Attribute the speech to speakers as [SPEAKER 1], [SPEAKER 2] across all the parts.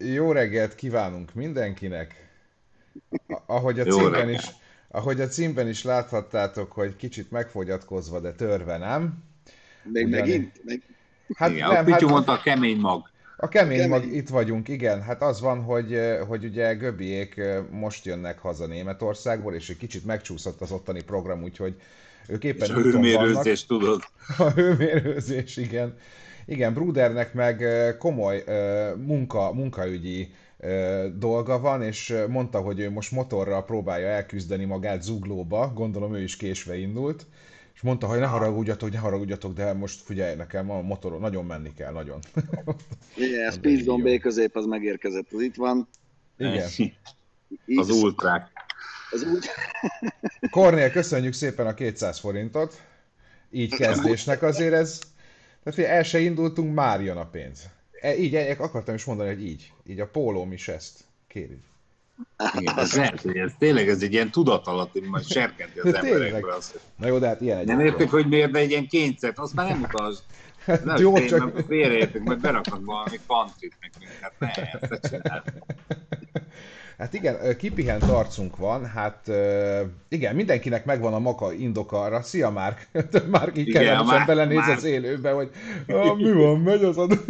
[SPEAKER 1] Jó reggelt kívánunk mindenkinek! Ahogy a
[SPEAKER 2] Jó
[SPEAKER 1] címben
[SPEAKER 2] reggelt!
[SPEAKER 1] is, ahogy a címben is láthattátok, hogy kicsit megfogyatkozva, de törve nem.
[SPEAKER 2] Még
[SPEAKER 1] Ugyani,
[SPEAKER 2] megint?
[SPEAKER 1] hát
[SPEAKER 2] Igen, a
[SPEAKER 1] nem,
[SPEAKER 2] Pityu
[SPEAKER 1] hát
[SPEAKER 2] mondta a kemény mag.
[SPEAKER 1] a
[SPEAKER 2] A
[SPEAKER 1] kemény mag,
[SPEAKER 2] kemény.
[SPEAKER 1] itt vagyunk, igen. Hát az van, hogy ugye Göbiék most jönnek haza Németországból, és egy kicsit megcsúszott az ottani program, úgyhogy ők
[SPEAKER 2] És
[SPEAKER 1] éppen
[SPEAKER 2] a
[SPEAKER 1] úton vannak.
[SPEAKER 2] hőmérőzés, tudod?
[SPEAKER 1] A hőmérőzés, igen. Igen, Brudernek meg komoly munkaügyi dolga van, és mondta, hogy ő most motorral próbálja elküzdeni magát Zuglóba, gondolom ő is késve indult, és mondta, hogy ne haragudjatok, de most figyelj nekem, a motoron nagyon menni kell, nagyon.
[SPEAKER 2] Igen,
[SPEAKER 1] Mondta, így
[SPEAKER 2] Speed B
[SPEAKER 1] jó.
[SPEAKER 2] közép az megérkezett, az itt van.
[SPEAKER 1] Igen.
[SPEAKER 2] X,
[SPEAKER 3] Az ultrák.
[SPEAKER 2] az úgy.
[SPEAKER 1] Kornél, köszönjük szépen a 200 forintot. Így kezdésnek azért ez. Tehát hogy el se indultunk, már jön a pénz. Így akartam is mondani, hogy így. Így a pólóm is ezt kéri.
[SPEAKER 3] Igen, ez lehet, hogy ez tényleg ez egy ilyen tudatalatti, majd serkenti az
[SPEAKER 1] De tényleg.
[SPEAKER 3] emberekbe azt, hogy
[SPEAKER 1] Na jó, de hát ilyen
[SPEAKER 3] nem
[SPEAKER 1] egyébként.
[SPEAKER 3] értik, hogy miért, de egy ilyen kényszer, azt már nem utasd.
[SPEAKER 1] Hát
[SPEAKER 3] Nehogy
[SPEAKER 1] jó, csak...
[SPEAKER 3] mert félreértünk, majd beraknak valami pantrit nekünk, hát ne, ezt ne csinálj.
[SPEAKER 1] Hát igen, kipihent arcunk van, hát igen, mindenkinek megvan a maga indoka arra. Szia Márk! Márk így
[SPEAKER 3] Igen,
[SPEAKER 1] kellemesen
[SPEAKER 3] már,
[SPEAKER 1] belenéz
[SPEAKER 3] már
[SPEAKER 1] az élőbe, hogy mi van, megy az ad...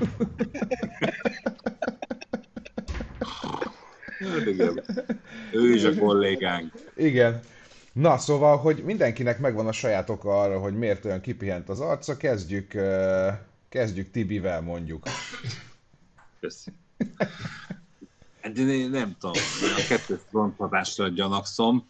[SPEAKER 3] hát igen. Ő is a kollégánk.
[SPEAKER 1] Igen. Na, szóval, hogy mindenkinek megvan a saját oka arra, hogy miért olyan kipihent az arca, kezdjük Tibivel mondjuk.
[SPEAKER 3] Köszi. Hát én nem tudom, én a kettős fronthatásra gyanakszom,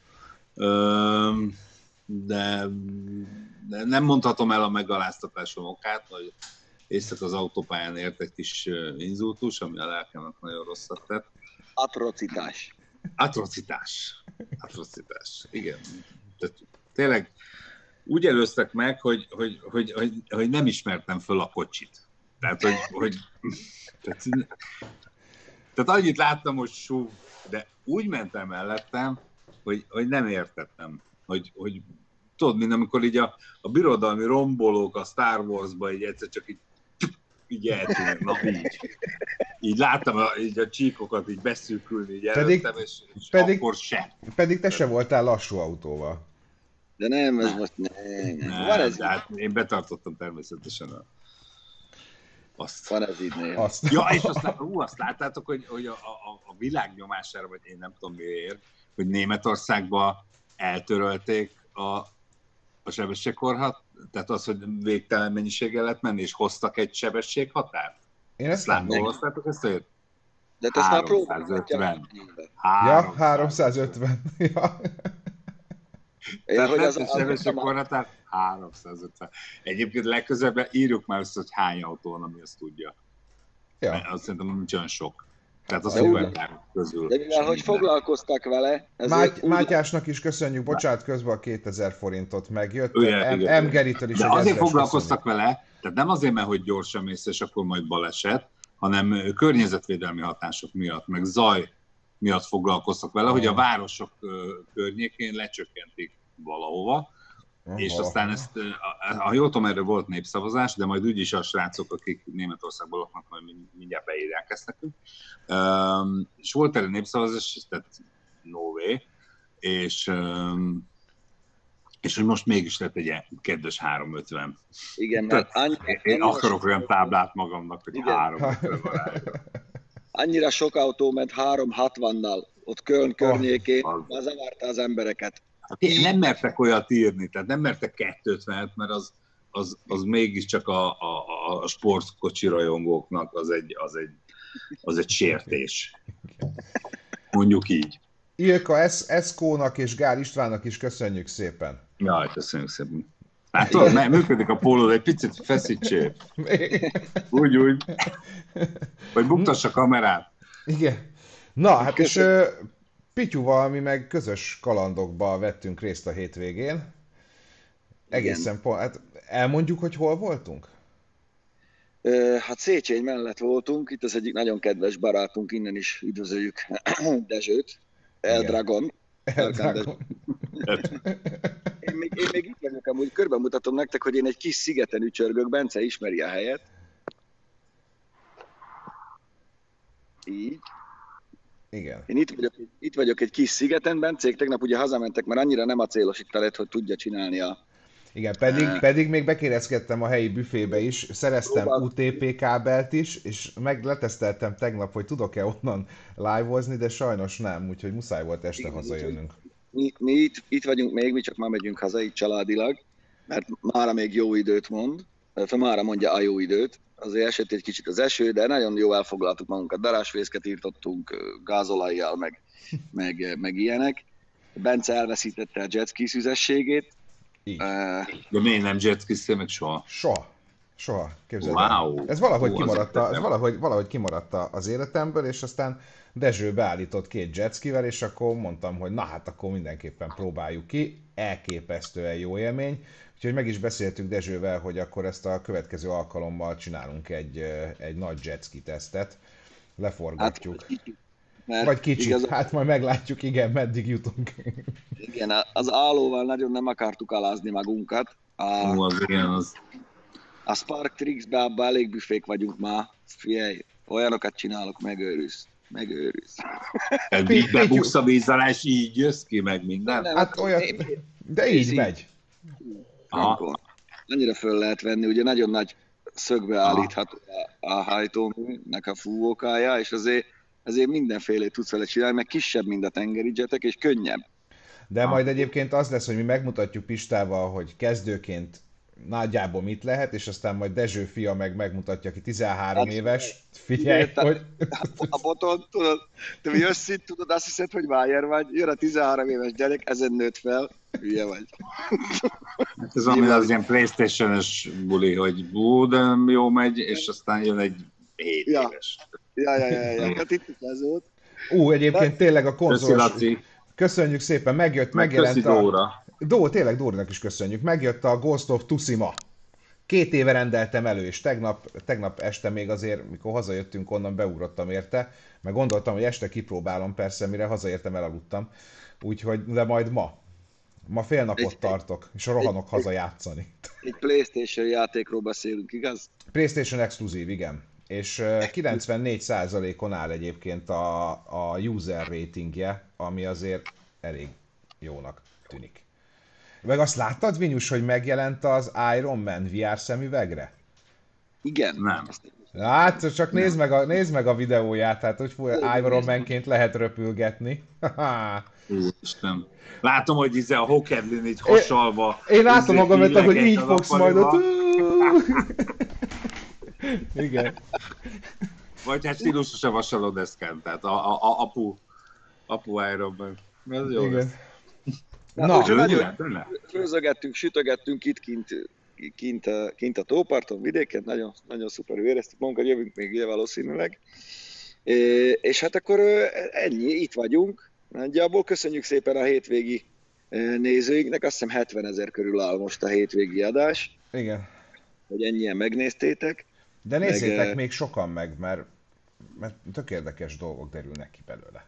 [SPEAKER 3] de, de nem mondhatom el a megaláztatásom okát, hogy éjszaka az autópályán ért egy kis inzultus, ami a lelkemnek nagyon rosszat tett.
[SPEAKER 2] Atrocitás.
[SPEAKER 3] Atrocitás. Atrocitás. Igen. Tehát tényleg úgy előztek meg, hogy nem ismertem föl a kocsit. Tehát, tehát annyit láttam, hogy súv, de úgy mentem mellettem, hogy nem értettem, hogy tudod, mint amikor így a birodalmi rombolók a Star Wars-ba így egyszer csak így eltűnnek, na így. Így láttam így a csíkokat így beszűkülni így
[SPEAKER 1] Pedig,
[SPEAKER 3] előttem, és
[SPEAKER 1] pedig,
[SPEAKER 3] akkor se.
[SPEAKER 1] pedig te se voltál lassú autóval.
[SPEAKER 2] De nem, ez
[SPEAKER 3] Nem.
[SPEAKER 2] most nem. Van
[SPEAKER 3] Nem,
[SPEAKER 2] ez,
[SPEAKER 3] de hát én betartottam természetesen azt.
[SPEAKER 2] van ez itt néha.
[SPEAKER 1] Azt.
[SPEAKER 3] Ja, és azt láttátok, hogy a világ nyomására, vagy én nem tudom miért, hogy Németországban eltörölték a sebességkorhat, tehát az, hogy végtelen mennyiséggel lehet menni, és hoztak egy sebességhatárt.
[SPEAKER 1] Én ezt nem tudom.
[SPEAKER 3] Olvastátok ezt, hogy
[SPEAKER 2] De te ezt már próbálhatja.
[SPEAKER 3] 350.
[SPEAKER 1] Ja,
[SPEAKER 3] 350.
[SPEAKER 1] 350. Ja.
[SPEAKER 2] Ja, hogy az
[SPEAKER 3] a sebességkorhatár 350. Egyébként legközelebb írjuk már össze, hogy hány autó van, ami ezt tudja.
[SPEAKER 1] Ja.
[SPEAKER 3] Azt szerintem nincs olyan sok. Tehát a
[SPEAKER 2] De úgy-
[SPEAKER 3] szuperkárok közül.
[SPEAKER 2] De mivel, hogy foglalkoztak vele, ezért
[SPEAKER 1] Mátyásnak is köszönjük, bocsánat, közben a 2000 forintot megjött.
[SPEAKER 3] Igen, igen.
[SPEAKER 1] M. Geritől is
[SPEAKER 3] De
[SPEAKER 1] egy
[SPEAKER 3] azért
[SPEAKER 1] ezres
[SPEAKER 3] foglalkoztak vele, tehát nem azért, mert hogy gyorsan mész, és akkor majd baleset, hanem környezetvédelmi hatások miatt, meg zaj miatt foglalkoztak vele, hogy a városok környékén lecsökkentik valahova, és aztán ezt, ha jól tudom, erről volt népszavazás, de majd úgyis a srácok, akik Németországból laknak, majd mindjárt beírják ezt nekünk. És volt erre népszavazás, tehát no way, és hogy most mégis lett egy ilyen kedves 350.
[SPEAKER 2] igen, mert
[SPEAKER 3] Én akarok olyan táblát magamnak, hogy
[SPEAKER 2] Igen.
[SPEAKER 3] 350 arányban.
[SPEAKER 2] annyira sok autó ment 360-nal ott Köln környékén,
[SPEAKER 3] az.
[SPEAKER 2] már zavarta az embereket.
[SPEAKER 3] Hát nem mertek olyat írni, tehát nem mertek 250-et, mert az mégiscsak a sportkocsi rajongóknak az egy sértés. Mondjuk így.
[SPEAKER 1] Ilka Eszkónak és Gál Istvánnak is köszönjük szépen.
[SPEAKER 3] Jaj, köszönjük szépen. Hát tudod, működik a póló, de egy picit feszítsél. Úgy. Vagy buktass a kamerát.
[SPEAKER 1] Igen. Na, hát és Pityuval mi meg közös kalandokba vettünk részt a hétvégén. Egészen hát elmondjuk, hogy hol voltunk?
[SPEAKER 2] Hát Széchenyi mellett voltunk, itt az egyik nagyon kedves barátunk, innen is üdvözöljük Dezsőt, Eldragon.
[SPEAKER 1] Eldragon.
[SPEAKER 2] Én még itt vagyok, amúgy körbemutatom nektek, hogy én egy kis szigeten ücsörgök, Bence ismeri a helyet. Így.
[SPEAKER 1] Igen.
[SPEAKER 2] Én itt vagyok egy kis szigeten, Bencék tegnap ugye hazamentek, mert annyira nem acélos itt lett, hogy tudja csinálni
[SPEAKER 1] Igen, pedig még bekérdezkedtem a helyi büfébe is, szereztem
[SPEAKER 2] próbál.
[SPEAKER 1] UTP kábelt is, és meg leteszteltem tegnap, hogy tudok-e onnan live-ozni, de sajnos nem, úgyhogy muszáj volt este
[SPEAKER 2] Igen,
[SPEAKER 1] hazajönnünk.
[SPEAKER 2] mi itt vagyunk még, mi csak már megyünk haza itt családilag, mert mára még jó időt mond, mára mondja a jó időt, azért esett egy kicsit az eső, de nagyon jó elfoglaltuk magunkat, darásfészket írtottunk gázolajjal, meg ilyenek. Bence elveszítette a jetski szüzességét.
[SPEAKER 1] Így.
[SPEAKER 3] De miért nem jetskiztél meg soha?
[SPEAKER 1] Soha, képzeld el.
[SPEAKER 3] Wow.
[SPEAKER 1] Ez valahogy kimaradt az életemből, és aztán Dezső beállított 2 jetskivel, és akkor mondtam, hogy na hát akkor mindenképpen próbáljuk ki. Elképesztően jó élmény. Úgyhogy meg is beszéltük Dezsővel, hogy akkor ezt a következő alkalommal csinálunk egy nagy jetski tesztet. Leforgatjuk. Vagy kicsit, hát majd meglátjuk, igen, meddig jutunk.
[SPEAKER 2] Igen, az állóval nagyon nem akartuk alázni magunkat. A Spark Tricks-be abban elég büfék vagyunk már. Figyelj, olyanokat csinálok, megőrülsz.
[SPEAKER 3] Így bebuksz a víz alá, és így jössz ki meg minden?
[SPEAKER 1] Hát olyat, de így megy.
[SPEAKER 2] Annyira föl lehet venni, ugye nagyon nagy szögbe állítható a hajtóműnek a fúvókája, és azért mindenfélét tudsz vele csinálni, meg kisebb, mint a tengeri jetek, és könnyebb.
[SPEAKER 1] De majd egyébként az lesz, hogy mi megmutatjuk Pistával, hogy kezdőként nagyjából mit lehet, és aztán majd Dezső fia megmutatja, aki 13 éves. Figyelj, hogy...
[SPEAKER 2] A boton, tudod, te mi jössz itt, tudod, azt hiszed, hogy Májer vagy, jön a 13 éves gyerek, ezen nőtt fel, hülye vagy.
[SPEAKER 3] Ez ami az ilyen PlayStation-es buli, hogy de jó megy, és aztán jön egy 7 éves.
[SPEAKER 2] Ja, hát itt ez volt.
[SPEAKER 1] Egyébként tényleg a konzolos...
[SPEAKER 3] Köszi,
[SPEAKER 1] Köszönjük szépen, megjelent
[SPEAKER 3] Dóra.
[SPEAKER 1] Tényleg Dórának is köszönjük. Megjött a Ghost of Tsushima. 2 éve rendeltem elő, és tegnap este még azért, mikor hazajöttünk onnan, beugrottam érte, meg gondoltam, hogy este kipróbálom, persze, mire hazaértem, elaludtam. Úgyhogy, de majd ma fél napot tartok, és rohanok haza játszani.
[SPEAKER 2] Egy PlayStation játékról beszélünk, igaz?
[SPEAKER 1] PlayStation exkluzív, igen. És 94%-on áll egyébként a user ratingje, ami azért elég jónak tűnik. Meg azt láttad, Vinyus, hogy megjelent az Iron Man VR szemüvegre?
[SPEAKER 2] Igen.
[SPEAKER 3] Nem.
[SPEAKER 1] Hát, csak nézd meg a videóját, hát hogy Iron Man-ként lehet röpülgetni.
[SPEAKER 3] Úristen. Látom, hogy a Hawkblin így hasalva.
[SPEAKER 1] Én látom magam, hogy így fogsz majd ott. Igen.
[SPEAKER 3] Vagy hát stílusosan vasaló deszkán, tehát apu Iron Man. Ez jó.
[SPEAKER 1] Igen.
[SPEAKER 2] Főzögettünk, sütögettünk itt kint a tóparton, vidéken, nagyon, nagyon szuper éreztük magunkat, jövünk még ide valószínűleg. És hát akkor ennyi, itt vagyunk. Nagyjából köszönjük szépen a hétvégi nézőinknek, azt hiszem 70 000 körül áll most a hétvégi adás.
[SPEAKER 1] Igen.
[SPEAKER 2] Hogy ennyien megnéztétek.
[SPEAKER 1] De nézzétek még sokan meg, mert tök érdekes dolgok derülnek ki belőle.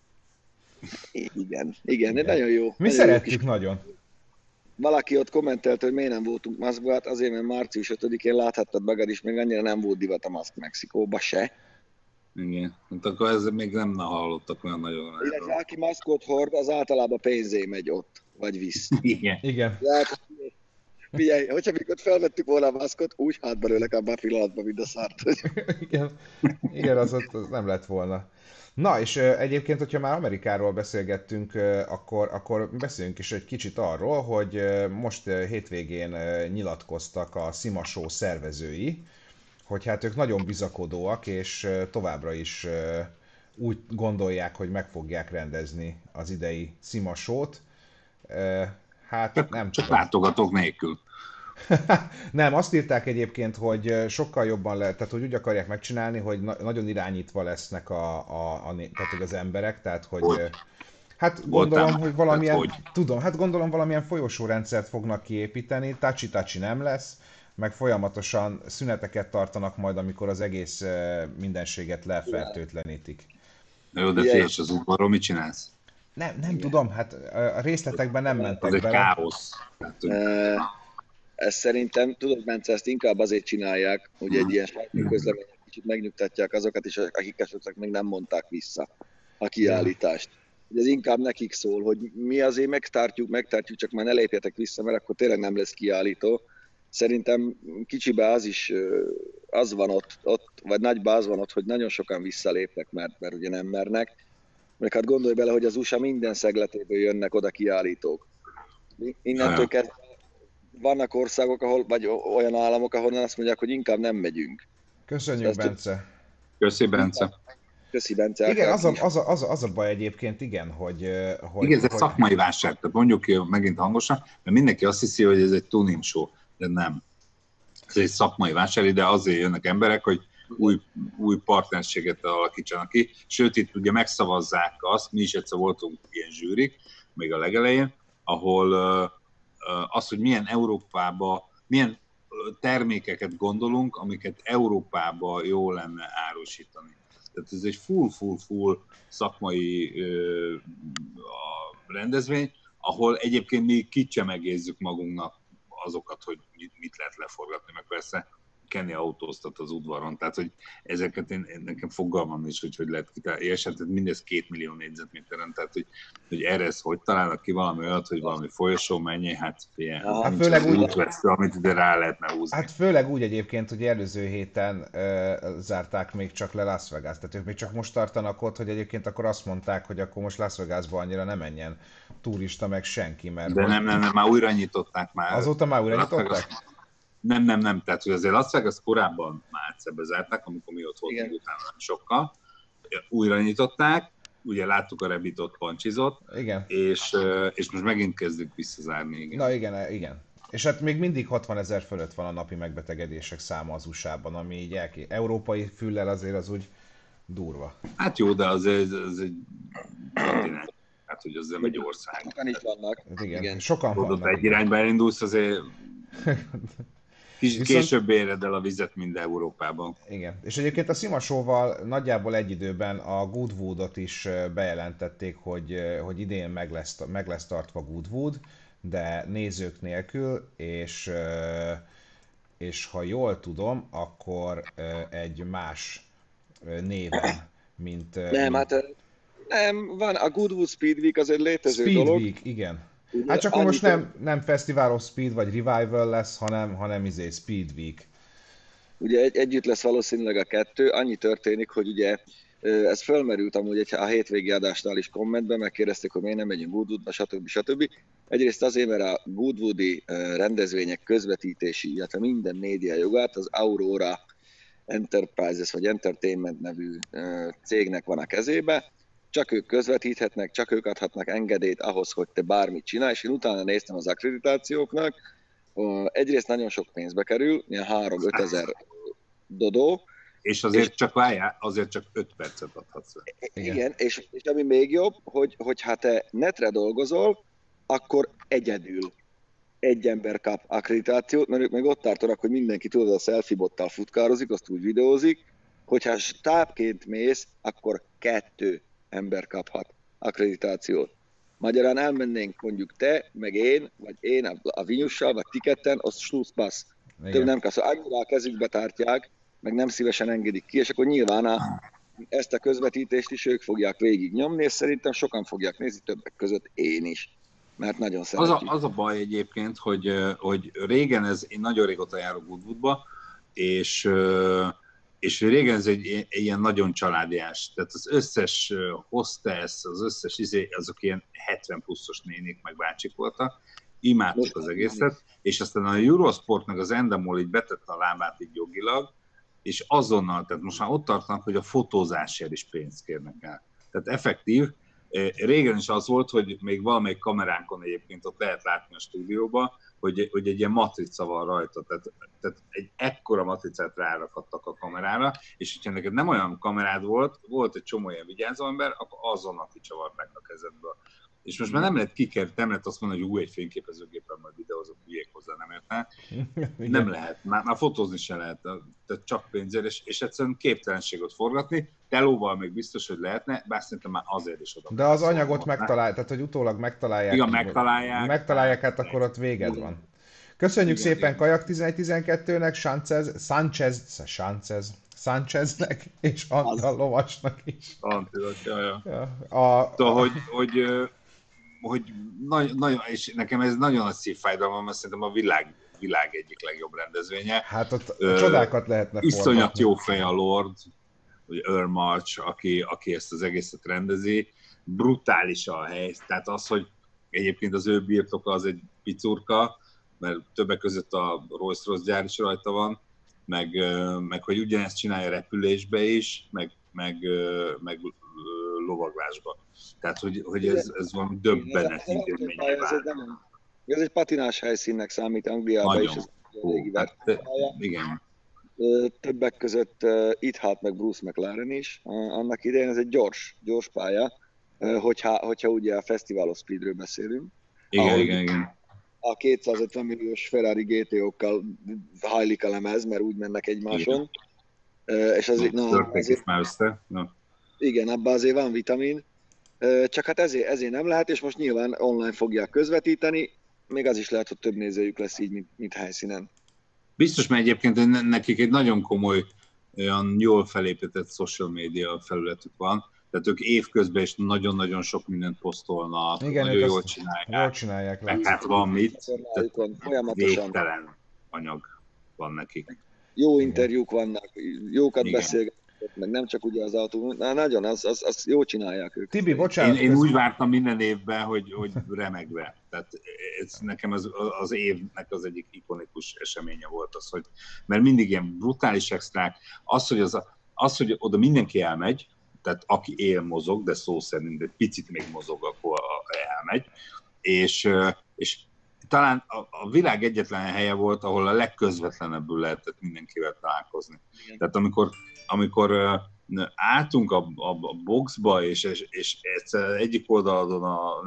[SPEAKER 2] Igen, de nagyon jó.
[SPEAKER 1] Mi szeretjük nagyon.
[SPEAKER 2] Valaki ott kommentelt, hogy miért nem voltunk maszkba, hát azért, mert március 5-én láthattad magad is, még annyira nem volt divat a maszk Mexikóba se.
[SPEAKER 3] Igen, hát akkor ezzel még nem hallottak olyan nagyon.
[SPEAKER 2] Illetve aki maszkot hord, az általában pénzé megy ott, vagy visz.
[SPEAKER 1] Igen.
[SPEAKER 2] Tehát, figyelj, hogyha mikor felvettük volna a maszkot, úgy hát belőlek abban a pillanatban, mint a szárt.
[SPEAKER 1] Igen, az ott nem lett volna. Na, és egyébként, hogyha már Amerikáról beszélgettünk, akkor beszéljünk is egy kicsit arról, hogy most hétvégén nyilatkoztak a Sima Show szervezői, hogy hát ők nagyon bizakodóak, és továbbra is úgy gondolják, hogy meg fogják rendezni az idei Sima Show-t. Hát nem
[SPEAKER 3] csak látogatók nélkül.
[SPEAKER 1] Nem, azt írták egyébként, hogy sokkal jobban lehet, tehát hogy úgy akarják megcsinálni, hogy nagyon irányítva lesznek tehát az emberek, tehát hogy hát gondolom, hogy valamilyen, gondolom valamilyen folyosórendszert fognak kiépíteni, touchy nem lesz, meg folyamatosan szüneteket tartanak majd, amikor az egész mindenséget lefertőtlenítik.
[SPEAKER 3] Jó, de félsz az udvarról, mit csinálsz?
[SPEAKER 1] Nem tudom, hát a részletekben nem mentek
[SPEAKER 3] bele.
[SPEAKER 1] Az
[SPEAKER 3] egy káosz.
[SPEAKER 2] Ezt szerintem, tudod, Bence, ezt inkább azért csinálják, hogy egy ilyen közlemény kicsit megnyugtatják azokat is, akik esetleg még nem mondták vissza a
[SPEAKER 1] Ja.
[SPEAKER 2] kiállítást. Ez inkább nekik szól, hogy mi azért megtartjuk, csak már ne lépjetek vissza, mert akkor tényleg nem lesz kiállító. Szerintem kicsibe az van ott, vagy nagyba az van ott, hogy nagyon sokan visszalépnek, mert ugye nem mernek. Meg hát gondolj bele, hogy az USA minden szegletéből jönnek oda kiállítók. Innentől kezdve vannak országok, vagy olyan államok, ahonnan azt mondják, hogy inkább nem megyünk.
[SPEAKER 1] Köszönjük, Bence.
[SPEAKER 3] Köszi, Bence.
[SPEAKER 2] Köszi, Bence.
[SPEAKER 1] Igen, az a baj egyébként, igen, hogy...
[SPEAKER 3] Igen, ez egy szakmai válság, tehát mondjuk ki megint hangosan, mert mindenki azt hiszi, hogy ez egy tuning show, de nem. Ez egy szakmai válság, de azért jönnek emberek, hogy új partnerséget alakítsanak ki. Sőt, itt ugye megszavazzák azt, mi is egyszer voltunk ilyen zsűrik, még a legelején, ahol az, hogy milyen termékeket gondolunk, amiket Európába jó lenne árusítani. Tehát ez egy full szakmai rendezvény, ahol egyébként mi kicsemegézzük magunknak azokat, hogy mit lehet leforgatni, meg persze Kenny autóztat az udvaron, tehát hogy ezeket nekem fogalmam is, hogy lehet kitálni, és hát mindez 2 millió négyzetméteren, tehát hogy erre ezt hogy találnak ki valami olyat, hogy valami folyosó menjél, hát
[SPEAKER 1] főleg úgy
[SPEAKER 3] útvesztő, amit ide rá lehetne húzni.
[SPEAKER 1] Hát főleg úgy egyébként, hogy előző héten zárták még csak le Las Vegas, tehát ők még csak most tartanak ott, hogy egyébként akkor azt mondták, hogy akkor most Las Vegasba annyira nem menjen turista, meg senki, mert...
[SPEAKER 3] De nem, már újra nyitották már.
[SPEAKER 1] Azóta már újra nyitották?
[SPEAKER 3] Nem, tehát hogy azért Las Vegas korábban márciusban zárták, amikor mi ott voltunk utána nem sokkal. Újra nyitották, ugye láttuk a Rabbitot pancsizott,
[SPEAKER 1] igen.
[SPEAKER 3] És most megint kezdünk visszazárni. Igen.
[SPEAKER 1] Na igen. És hát még mindig 60 000 fölött van a napi megbetegedések száma az USA-ban, ami így európai füllel azért az úgy durva.
[SPEAKER 3] Hát jó, de az egy kontinens. Hát, hogy az nem egy ország.
[SPEAKER 2] Sokan is vannak.
[SPEAKER 1] Igen. Sokan vannak.
[SPEAKER 3] Egy irányba elindulsz, azért később éred el a vizet, mint Európában.
[SPEAKER 1] Igen. És egyébként a Sima Show-val nagyjából egy időben a Goodwoodot is bejelentették, hogy idén meg lesz tartva Goodwood, de nézők nélkül, és ha jól tudom, akkor egy más néven, mint...
[SPEAKER 2] Nem, van a Goodwood Speed Week, az egy létező
[SPEAKER 1] Speed
[SPEAKER 2] dolog.
[SPEAKER 1] Week, igen. Hát csak most nem Festival of Speed vagy Revival lesz, hanem Speed Week.
[SPEAKER 2] Ugye együtt lesz valószínűleg a kettő. Annyi történik, hogy ugye ez fölmerült amúgy a hétvégi adásnál is kommentben, megkérdezték, hogy miért nem megyünk Goodwoodba, stb. Egyrészt azért, mert a Goodwoodi rendezvények közvetítési, illetve minden média jogát az Aurora Enterprises vagy Entertainment nevű cégnek van a kezébe. Csak ők közvetíthetnek, csak ők adhatnak engedélyt ahhoz, hogy te bármit csinálj, és én utána néztem az akkreditációknak. Egyrészt nagyon sok pénzbe kerül, ilyen 3-5 ezer dodó.
[SPEAKER 3] És azért csak 5 percet adhatsz.
[SPEAKER 2] Igen, és ami még jobb, hogy ha te netre dolgozol, akkor egyedül egy ember kap akkreditációt, mert ők még ott tartanak, hogy mindenki tudod, a selfie bottal futkározik, azt úgy videózik, hogyha stábként mész, akkor 2 ember kaphat akkreditációt. Magyarán elmennénk mondjuk te, meg én, vagy én a Vinyussal, vagy ti ketten, az slusszpassz. Több nem kell, szóval annyira a kezükbe tartják, meg nem szívesen engedik ki, és akkor nyilván ezt a közvetítést is ők fogják végig nyomni, és szerintem sokan fogják nézni, többek között én is. Mert nagyon szeretjük.
[SPEAKER 3] Az a baj egyébként, hogy régen én nagyon régóta járok Goodwoodba, és régen ez egy ilyen nagyon családiás, tehát az összes hostess, az összes azok ilyen 70 pluszos nénik meg bácsik voltak, imádtuk az egészet, és aztán a Eurosport meg az Endemol így betette a lábát így jogilag, és azonnal, tehát most már ott tartanak, hogy a fotózásért is pénzt kérnek el. Tehát effektív, régen is az volt, hogy még valamelyik kameránkon egyébként ott lehet látni a stúdióban, hogy egy ilyen matrica van rajta, tehát egy ekkora matricát rárakadtak a kamerára, és hogyha neked nem olyan kamerád volt egy csomó ilyen vigyázó ember, akkor azonnal kicsavarták a kezedből. És most már nem lehet azt mondani, hogy egy fényképezőgépen majd videózok, hülyék hozzá, nem érte. Nem lehet, már fotózni se lehet, tehát csak pénzért, és egyszerűen képtelenséget forgatni, telóval még biztos, hogy lehetne, bár szerintem már azért is oda.
[SPEAKER 1] De az anyagot megtalálják, tehát hogy utólag megtalálják.
[SPEAKER 3] Igen, megtalálják.
[SPEAKER 1] Megtalálják, hát akkor ott véged van. Köszönjük
[SPEAKER 3] Igen,
[SPEAKER 1] szépen
[SPEAKER 3] igen.
[SPEAKER 1] Kajak 11-12-nek, Sáncheznek és Antal Lovasnak is.
[SPEAKER 3] Ja.
[SPEAKER 1] Ja,
[SPEAKER 3] Szóval, hogy nagyon, és nekem ez nagyon nagy szívfájdalom, mert szerintem a világ egyik legjobb rendezvénye.
[SPEAKER 1] hát ott csodákat lehetne
[SPEAKER 3] Iszonyat
[SPEAKER 1] forgatni.
[SPEAKER 3] jó fej a Lord, vagy Earl March, aki ezt az egészet rendezi. Brutális a hely. Tehát az, hogy egyébként az ő birtoka az egy picurka, mert többek között a Rolls-Royce gyár is rajta van, meg hogy ugyanezt csinálja repülésbe is, meg lovaglásba. Tehát, hogy ez valami döbbenet intézményé vált.
[SPEAKER 2] Ez egy patinás helyszínnek számít Angliában is, ez régi versenypálya.
[SPEAKER 3] Igen.
[SPEAKER 2] Többek között itt halt meg Bruce McLaren is. Annak idején ez egy gyors pálya, hogyha ugye a Festival of Speedről beszélünk.
[SPEAKER 3] Igen.
[SPEAKER 2] A 250 milliós Ferrari GTO-kkal hajlik a lemez, mert úgy mennek egymáson. És azért, igen, abban azért van vitamin. Csak hát ezért nem lehet, és most nyilván online fogják közvetíteni, még az is lehet, hogy több nézőjük lesz így, mint helyszínen.
[SPEAKER 3] Biztos, mert egyébként nekik egy nagyon komoly, olyan jól felépített social media felületük van, tehát ők évközben is nagyon-nagyon sok mindent posztolnak,
[SPEAKER 1] igen,
[SPEAKER 3] nagyon jól csinálják. Meg hát van mit, végtelen anyag van nekik.
[SPEAKER 2] Jó interjúk vannak, jókat beszélgetnek, meg nem csak ugye az autó, nagyon, az jó csinálják ők.
[SPEAKER 1] Tibi, bocsánat.
[SPEAKER 3] Én úgy vártam minden évben, hogy remegve. Tehát nekem az évnek az egyik ikonikus eseménye volt az, hogy, mert mindig ilyen brutális extrák, az, hogy oda mindenki elmegy, tehát aki él, mozog, de szó szerint egy picit még mozog, akkor elmegy, és talán a világ egyetlen helye volt, ahol a legközvetlenebbül lehetett mindenkivel találkozni. Igen. Tehát amikor álltunk a boxba, és egyszer egyik oldalon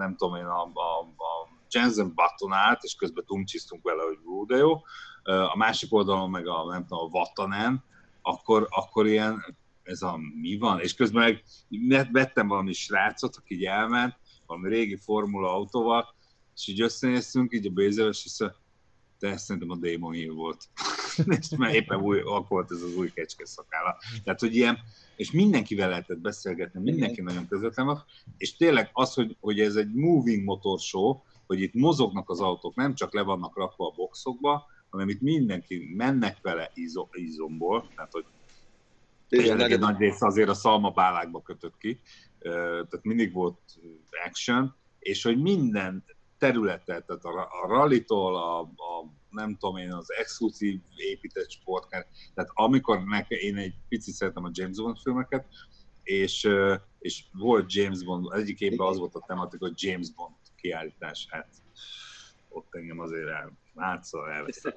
[SPEAKER 3] a Jensen Button állt, és közben tumcsisztunk vele, hogy de jó, a másik oldalon meg a Vatanen, akkor ilyen, mi van? És közben meg vettem valami srácot, aki így elment, valami régi formula autóval, és így összenéztünk, így a Bézeres, és de szerintem a Damon Hill volt. Mert éppen akkor volt ez az új kecske szakálla. Tehát, hogy ilyen, és mindenkivel lehetett beszélgetni, mindenki nagyon közvetlen volt, és tényleg az, hogy ez egy moving motor show, hogy itt mozognak az autók, nem csak le vannak rakva a boxokba, hanem itt mindenki mennek vele izomból, tehát, hogy egy nagy része azért a szalmabálákba kötött ki, tehát mindig volt action, és hogy minden területet, tehát a rallitól, nem tudom én, az exkluzív épített sportkár, tehát amikor én egy picit szeretem a James Bond filmeket, és volt James Bond, egyik évben az volt a tematika, hogy James Bond kiállítás, hát ott engem azért elveszett.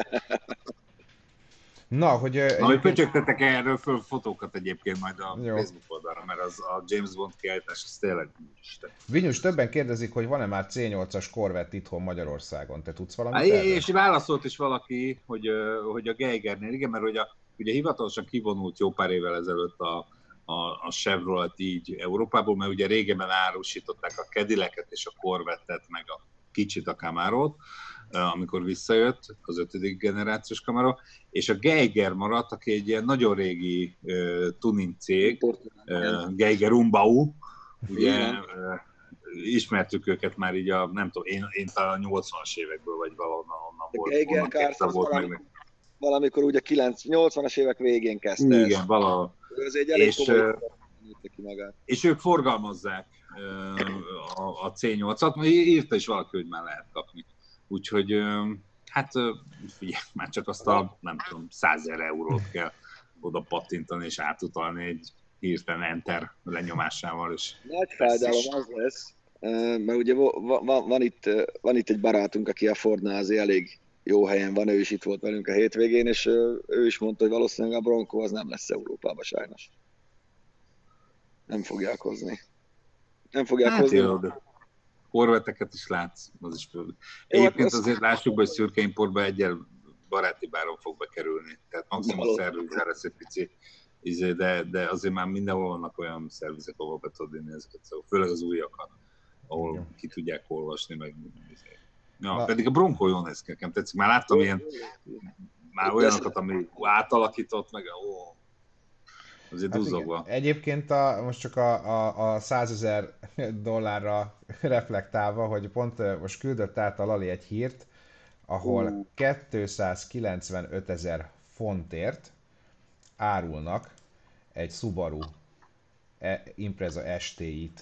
[SPEAKER 1] Na, hogy
[SPEAKER 3] pöcsögtetek erről föl fotókat egyébként majd a Facebook oldalra, mert a James Bond kiállítás, az tényleg Isten.
[SPEAKER 1] Vinyus, többen kérdezik, hogy van-e már C8-as Corvette itthon Magyarországon. Te tudsz valamit erről?
[SPEAKER 3] És válaszolt is valaki, hogy a Geigernél, igen, mert ugye hivatalosan kivonult jó pár évvel ezelőtt a Chevrolet így Európából, mert ugye régebben árusították a Cadillacet és a Corvettet, meg a kicsit a Camarót, amikor visszajött az 5. generációs Camaro, és a Geiger maradt, aki egy ilyen nagyon régi tuning cég, Geiger Umbau, ugye ismertük őket már így nem tudom, én talán a 80-as évekből, vagy valahonnan volt.
[SPEAKER 2] Geiger Cars valamikor ugye 80-as évek végén kezdte.
[SPEAKER 3] Igen, valahol.
[SPEAKER 2] Ez egy elég komoly ki magát.
[SPEAKER 3] És ők forgalmazzák a C8-at, írta is valaki, hogy már lehet kapni. Úgyhogy, hát figyelj, már csak azt nem tudom, 100 000 eurót kell oda pattintani és átutalni egy hirtelen enter lenyomásával. És
[SPEAKER 2] nagy fájdalom az lesz, mert ugye van itt egy barátunk, aki a Fordnál azért elég jó helyen van, ő is itt volt velünk a hétvégén, és ő is mondta, hogy valószínűleg a Bronco az nem lesz Európában sajnos. Nem fogják hozni.
[SPEAKER 3] Corvetteket is látsz, az is föl. Egyébként azért lássuk be, hogy szürke importba egyel baráti báron fog bekerülni. Tehát maximum a szervizár lesz egy pici, de azért már mindenhol vannak olyan szervizek, ahol be tudod vinni ezeket, főleg az újakat, ahol ki tudják olvasni, meg Ja, pedig a Bronco jól néz ki, nekem tetszik. Már láttam ilyen, már olyanokat, ami átalakított, meg azért duzzogva.
[SPEAKER 1] Egyébként most csak a 100 000 dollárra reflektálva, hogy pont most küldött át a Lali egy hírt, ahol 295 000 fontért árulnak egy Subaru Impreza ST-it.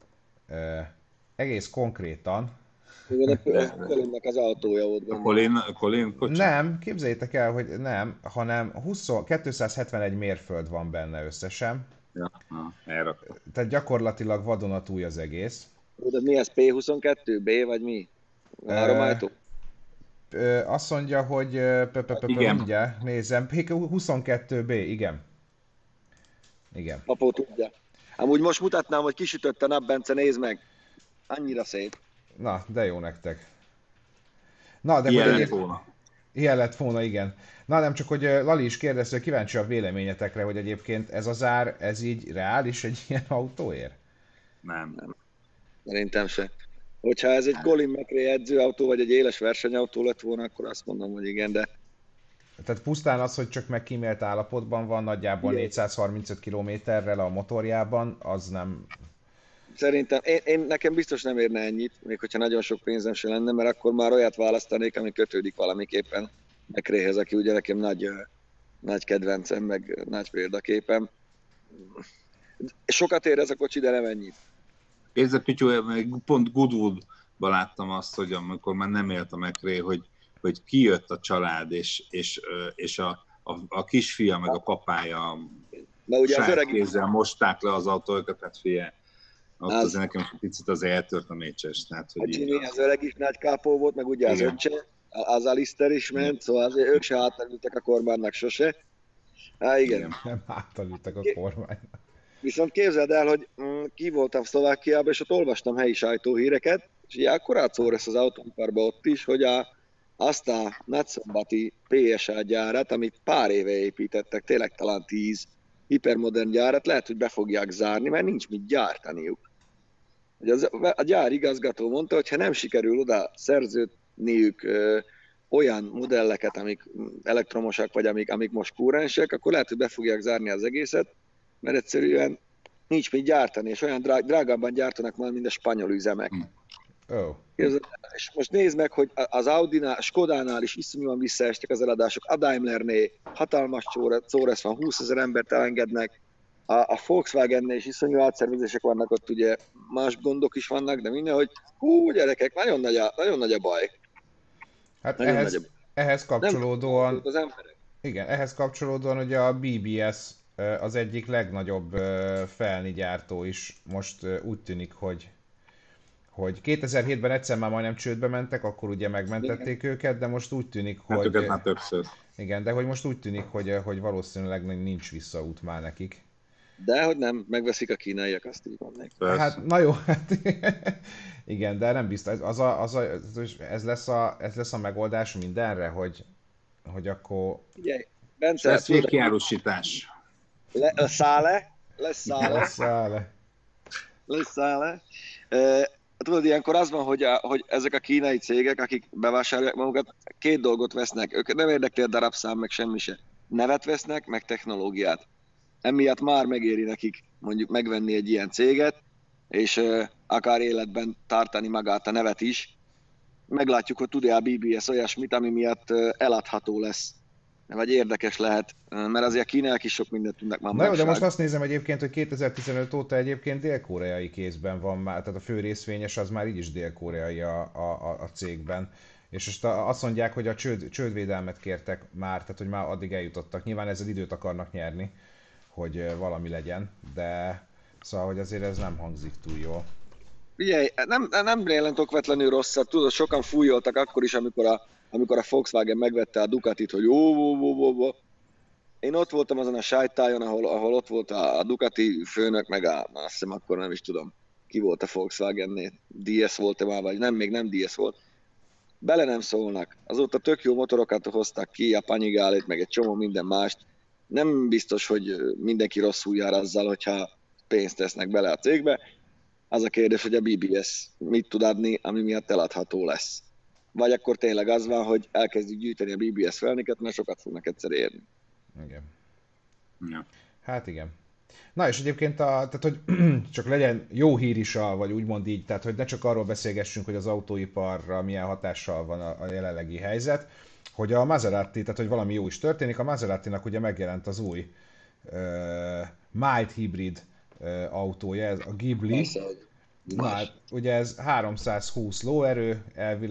[SPEAKER 1] Egész konkrétan.
[SPEAKER 2] Colinnek az autója volt
[SPEAKER 3] benne. Colin kocsi?
[SPEAKER 1] Nem, képzeljétek el, hogy nem, hanem 271 mérföld van benne összesen.
[SPEAKER 3] Ja, elrakta.
[SPEAKER 1] Tehát gyakorlatilag vadonatúj az egész.
[SPEAKER 2] De mi ez, P22B, vagy mi? Három ajtó?
[SPEAKER 1] Azt mondja, hogy mindjárt nézem, P22B, igen. Igen.
[SPEAKER 2] Apó tudja. Amúgy most mutatnám, hogy kisütött a nap, Bence, nézd meg. Annyira szép.
[SPEAKER 1] Na, de jó nektek. Na, de
[SPEAKER 3] ilyen lett volna.
[SPEAKER 1] Ilyen lett volna, igen. Na, nem csak, hogy Lali is kérdezte, hogy kíváncsi a véleményetekre, hogy egyébként ez az ár, ez így reális egy ilyen autóért?
[SPEAKER 3] Nem.
[SPEAKER 2] Szerintem se. Hogyha ez egy Colin McRae edzőautó, vagy egy éles versenyautó lett volna, akkor azt mondom, hogy igen, de...
[SPEAKER 1] Tehát pusztán az, hogy csak megkímélt állapotban van, nagyjából 435 kilométerrel a motorjában, az nem...
[SPEAKER 2] Szerintem, nekem biztos nem érne ennyit, még hogyha nagyon sok pénzem se lenne, mert akkor már olyat választanék, ami kötődik valamiképpen McRaehez, aki ugye nekem nagy kedvencem, meg nagy példaképem. Sokat ér ez a kocsi, de nem ennyit.
[SPEAKER 3] Érzed, Pityu, pont Goodwoodban láttam azt, hogy amikor már nem élt a McRae, hogy kijött a család, és a kisfia meg a papája saját kézzel mosták le az autóikat, tehát figyelj. Ott azért nekem egy picit az eltört a mécses. Tehát, hogy
[SPEAKER 2] Jimmy, az öreg is nagy kápó volt, meg ugye igen. Az öccse, az Alistair is ment, szóval azért ők se hátalültek a kormánynak sose. Igen.
[SPEAKER 1] Nem hátalültek a kormánynak.
[SPEAKER 2] Viszont képzeld el, hogy ki voltam Szlovákiában, és ott olvastam helyi sajtóhíreket, és ugye akkor lesz az autóiparban ott is, hogy azt a nagyszombati PSA gyárat, amit pár éve építettek, tényleg talán 10 hipermodern gyárat, lehet, hogy be fogják zárni, mert nincs mit gyártaniuk. A gyár igazgató mondta, hogy ha nem sikerül oda szerződniük olyan modelleket, amik elektromosak, vagy amik most kúrensek, akkor lehet, hogy be fogják zárni az egészet, mert egyszerűen nincs mit gyártani, és olyan drágábban gyártanak majd, mint a spanyol üzemek.
[SPEAKER 1] Oh.
[SPEAKER 2] És most nézd meg, hogy az Audinál, Skodánál is iszonyúan visszaestek az eladások, a Daimlernél hatalmas csóresz van, 20 000 embert elengednek, a Volkswagennél is iszonyú átszervezések vannak, ott ugye más gondok is vannak, de mindenhogy, gyerekek, nagyon nagy a baj.
[SPEAKER 1] Hát ehhez kapcsolódóan, igen, ehhez kapcsolódóan ugye a BBS az egyik legnagyobb felni gyártó is most úgy tűnik, hogy 2007-ben egyszer már majdnem csődbe mentek, akkor ugye megmentették igen. őket, de most úgy tűnik, hogy...
[SPEAKER 3] őket már többször.
[SPEAKER 1] Igen, de hogy most úgy tűnik, hogy valószínűleg nincs visszaút már nekik.
[SPEAKER 2] De hogy nem, megveszik a kínaiak, azt így van meg.
[SPEAKER 1] Hát, na jó, hát igen, de nem biztos. Ez lesz a megoldás mindenre, hogy akkor...
[SPEAKER 2] Ugye,
[SPEAKER 3] Bence, lesz végkiárusítás.
[SPEAKER 2] Lesz szále. Tudod, ilyenkor az van, hogy ezek a kínai cégek, akik bevásárolják magukat, két dolgot vesznek. Ők nem érdekli a darabszám, meg semmi se. Nevet vesznek, meg technológiát. Emiatt már megéri nekik mondjuk megvenni egy ilyen céget, és akár életben tartani magát a nevet is. Meglátjuk, hogy tud-e a BBS olyasmit, ami miatt eladható lesz. Vagy érdekes lehet, mert azért a kínaiak is sok mindent tudnak már.
[SPEAKER 1] Na jó, de most azt nézem egyébként, hogy 2015 óta egyébként dél-koreai kézben van már, tehát a fő részvényes az már így is dél-koreai a cégben. És most azt mondják, hogy a csődvédelmet kértek már, tehát hogy már addig eljutottak. Nyilván ezzel időt akarnak nyerni, hogy valami legyen, de szóval, hogy azért ez nem hangzik túl jól.
[SPEAKER 2] Figyelj, nem jelent okvetlenül rosszat, tudod, sokan fújoltak akkor is, amikor a Volkswagen megvette a Ducatit, hogy jó. Én ott voltam azon a sájtájon, ahol ott volt a Ducati főnök, meg azt hiszem akkor nem is tudom, ki volt a Volkswagennél. DS volt-e már, vagy nem, még nem DS volt. Bele nem szólnak. Azóta tök jó motorokat hoztak ki, a Panigale-t, meg egy csomó minden mást. Nem biztos, hogy mindenki rosszul jár azzal, hogyha pénzt tesznek bele a cégbe. Az a kérdés, hogy a BBS mit tud adni, ami miatt eladható lesz. vagy akkor tényleg az van, hogy elkezdjük gyűjteni a BBS felniket, mert sokat fognak egyszer érni.
[SPEAKER 1] Igen.
[SPEAKER 3] Ja.
[SPEAKER 1] Hát igen. Na és egyébként, tehát hogy csak legyen jó hír is, vagy úgymond így, tehát hogy ne csak arról beszélgessünk, hogy az autóiparra milyen hatással van a jelenlegi helyzet, hogy a Maserati, tehát hogy valami jó is történik, a Maseratinak ugye megjelent az új mild hybrid autója, ez a Ghibli.
[SPEAKER 2] Persze, hogy
[SPEAKER 1] Na hát, ugye ez 320 lóerő,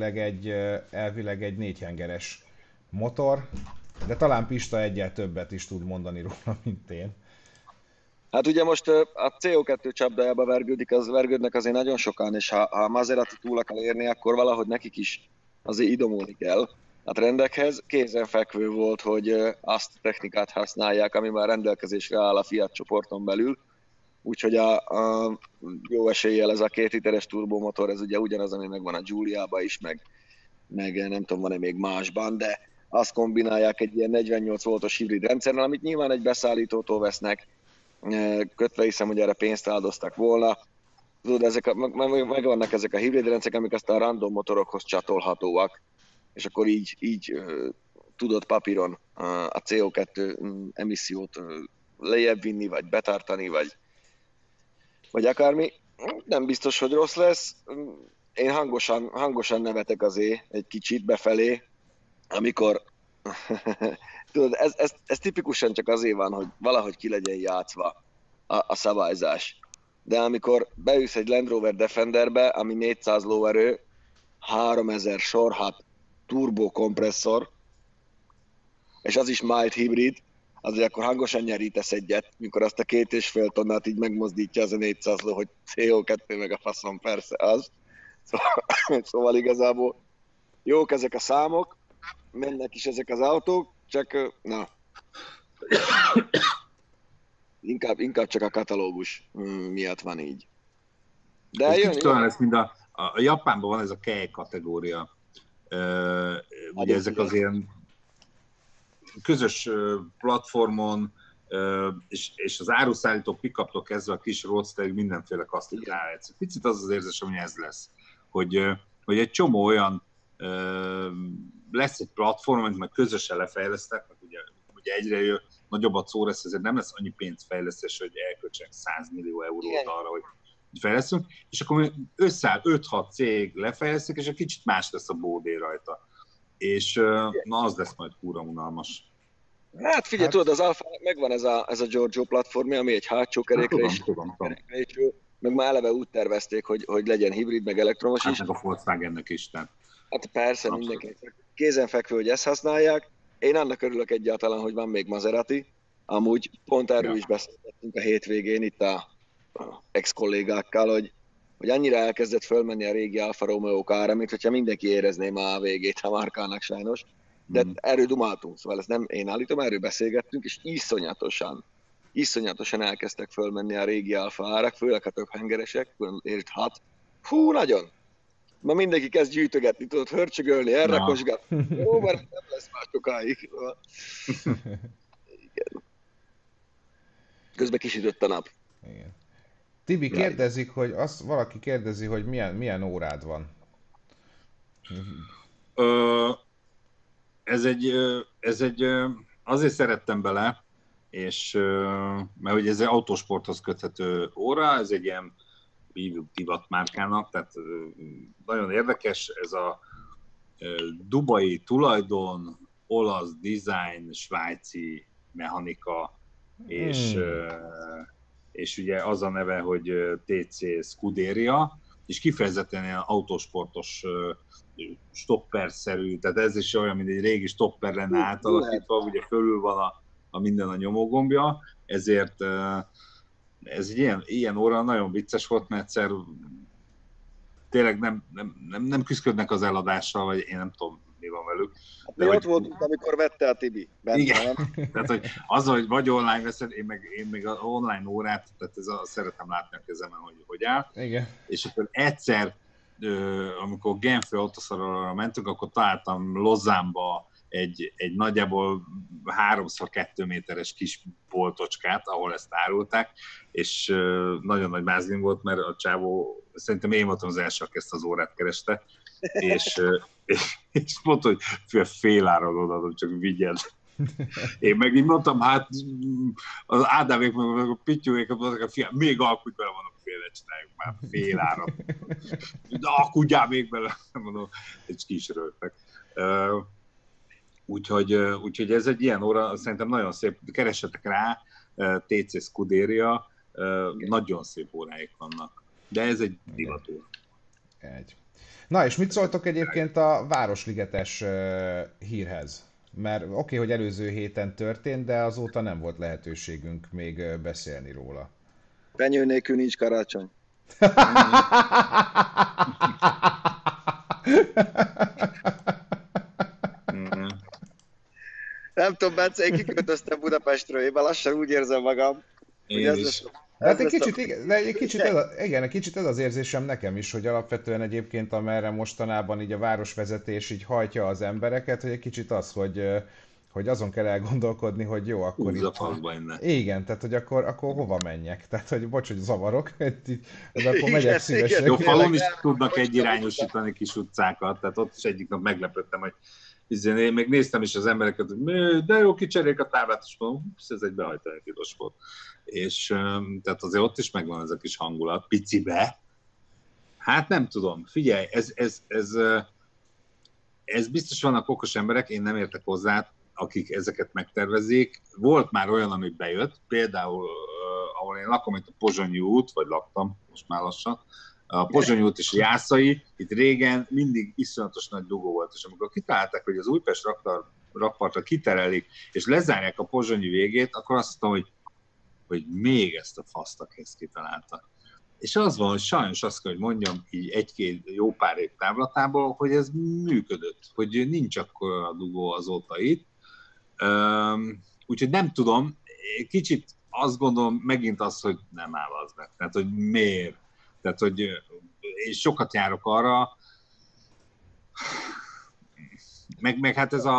[SPEAKER 1] elvileg egy négyhengeres motor, de talán Pista egyel többet is tud mondani róla, mint én.
[SPEAKER 2] Hát ugye most a CO2 csapdájába vergődnek azért nagyon sokan, és ha a Maserati túl akar érni, akkor valahogy nekik is azért idomulni kell. Hát rendekhez kézenfekvő volt, hogy azt a technikát használják, ami már rendelkezésre áll a Fiat csoporton belül. Úgyhogy a jó eséllyel ez a 2 literes turbomotor, ez ugye ugyanaz, ami megvan a Giuliában is, meg nem tudom, van-e még másban, de azt kombinálják egy ilyen 48 voltos hibrid rendszerrel, amit nyilván egy beszállítótól vesznek, kötve hiszem, hogy erre pénzt áldoztak volna. Tudod, megvannak ezek a hibrid rendszerek, amik aztán random motorokhoz csatolhatóak, és akkor így tudod papíron a CO2 emissziót lejjebb vinni, vagy betartani, vagy akármi. Nem biztos, hogy rossz lesz. Én hangosan nevetek azért egy kicsit befelé, amikor tudod, ez tipikusan csak azért van, hogy valahogy ki legyen játszva a szabályzás. De amikor beülsz egy Land Rover Defenderbe, ami 400 lóerő, 3000 sorhat, turbokompresszor, és az is mild hibrid, azért akkor hangosan nyerítesz egyet, mikor azt a 2,5 tonnát így megmozdítja az a 400 ló, hogy CO2 meg a faszom, persze az. Szóval igazából jók ezek a számok, mennek is ezek az autók, csak na, inkább csak a katalógus miatt van így. De
[SPEAKER 3] ez
[SPEAKER 2] jön.
[SPEAKER 3] Talán lesz, mint a Japánban van ez a kei kategória. Ugye ezek az ilyen közös platformon, és az áruszállító pick-uptól kezdve a kis roadsterig mindenféle kasztit ráhetsz. Picit az érzés, hogy ez lesz, hogy egy csomó olyan lesz egy platform, amit meg közösen lefejlesztek, mert ugye egyre nagyobb a szó lesz, ezért nem lesz annyi pénzfejlesztés, hogy elköltsenek 100 millió eurót arra, hogy fejlesztünk, és akkor összeáll 5-6 cég lefejlesztik, és egy kicsit más lesz a bódé rajta. És na az lesz majd kúra unalmas.
[SPEAKER 2] Hát figyelj, tudod, az Alfa megvan ez a Giorgio platformja, ami egy hátsó kerékre is, meg már eleve úgy tervezték, hogy legyen hibrid, meg elektromos is.
[SPEAKER 3] Hát meg a Volkswagennek is, tehát.
[SPEAKER 2] Hát persze, mindenki kézenfekvő, hogy ezt használják. Én annak örülök egyáltalán, hogy van még Maserati. Amúgy pont erről is beszélgettünk a hétvégén itt a ex-kollégákkal, hogy annyira elkezdett fölmenni a régi Alfa Romeo ára, mint hogyha mindenki érezné már a végét a márkának sajnos. De erről dumáltunk, szóval ezt nem én állítom, erről beszélgettünk, és iszonyatosan elkezdtek fölmenni a régi Alfa árak, főleg a többhengeresek, ért 6. Hú, nagyon! Ma mindenki kezd gyűjtögetni, tudod, hörcsögölni, elrakosgatni. Jó, mert nem lesz már sokáig. Igen. Közben kisütött a nap.
[SPEAKER 1] Igen. Tibi, kérdezik, hogy valaki kérdezi, hogy milyen órád van.
[SPEAKER 3] Ez egy azért szerettem bele, és mert hogy ez egy autósporthoz köthető óra, ez egy ilyen divat márkának, tehát nagyon érdekes, ez a dubai tulajdon, olasz design, svájci mechanika, és ugye az a neve, hogy TC Scuderia, és kifejezetten ilyen autósportos stopper-szerű, tehát ez is olyan, mint egy régi stopper lenne átalakítva, ugye fölül van a minden a nyomógombja, ezért ez egy ilyen óra nagyon vicces volt, mert egyszer tényleg nem küzdködnek az eladással, vagy én nem tudom, mi van velük.
[SPEAKER 2] Hát mi ott voltunk, amikor vette a Tibi.
[SPEAKER 3] Igen, tehát hogy az, hogy vagy online veszed, én meg az online órát, tehát szeretem látni a kezemen, hogy áll.
[SPEAKER 1] Igen.
[SPEAKER 3] És akkor egyszer, amikor Genfő autószalonra mentünk, akkor találtam Lozánba egy nagyjából 3x2 méteres kis boltocskát, ahol ezt árulták, és nagyon nagy mázlim volt, mert a csávó, szerintem én voltam az első, aki ezt az órát kereste, és és mondta, hogy féláron odaadom, csak vigyed. Én meg így mondtam, hát az Ádámék, meg a Pittyúék, még alkudj bele, mondom, csináljuk már féláron. De alkudjál még bele, mondom, és ki is röltek. Úgyhogy ez egy ilyen óra, szerintem nagyon szép, keressetek rá, TC Scuderia, nagyon szép óráik vannak. De ez egy divatúra.
[SPEAKER 1] Na és mit szóltok egyébként a Városligetes hírhez? Mert oké, hogy előző héten történt, de azóta nem volt lehetőségünk még beszélni róla.
[SPEAKER 2] Penyő nélkül nincs karácsony. Nem tudom, Bence, én kiköltöztem Budapestről, én már lassan úgy érzem magam.
[SPEAKER 3] Én is.
[SPEAKER 1] Hát egy kicsit ez az érzésem nekem is, hogy alapvetően egyébként amerre mostanában így a városvezetés így hajtja az embereket, hogy egy kicsit az, hogy azon kell elgondolkodni, hogy jó, akkor igen, tehát hogy akkor hova menjek? Tehát, hogy bocs, hogy zavarok, de akkor megyek szívesen.
[SPEAKER 3] Jó, falun is tudnak egyirányosítani kis utcákat, tehát ott is egyik nap meglepődtem, hogy én még néztem is az embereket, hogy de jó, kicseréljük a táblát, és mondom, ez egy behajtani tilos volt. És tehát azért ott is megvan ez a kis hangulat, picibe. Hát nem tudom, figyelj, ez biztos vannak okos emberek, én nem értek hozzá, akik ezeket megtervezik. Volt már olyan, ami bejött, például ahol én lakom, itt a Pozsonyi út, vagy laktam, most már lassan, a Pozsonyi út és a Jászai, itt régen mindig iszonyatos nagy dugó volt, és amikor kitalálták, hogy az Újpest rakpartra kiterelik, és lezárják a Pozsonyi végét, akkor azt mondtam, hogy még ezt a faszt, aki ezt kitalálta. És az van, hogy sajnos azt kell, hogy mondjam, így egy-két jó pár év távlatából, hogy ez működött, hogy nincs akkor a dugó azóta itt. Úgyhogy nem tudom, kicsit azt gondolom megint az, hogy nem áll az meg. Tehát, hogy miért? Tehát, hogy én sokat járok arra, meg hát ez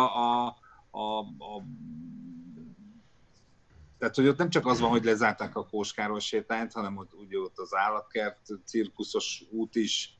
[SPEAKER 3] tehát, hogy ott nem csak az van, hogy lezárták a Kóskároly sétányt, hanem ott az állatkert, cirkuszos út is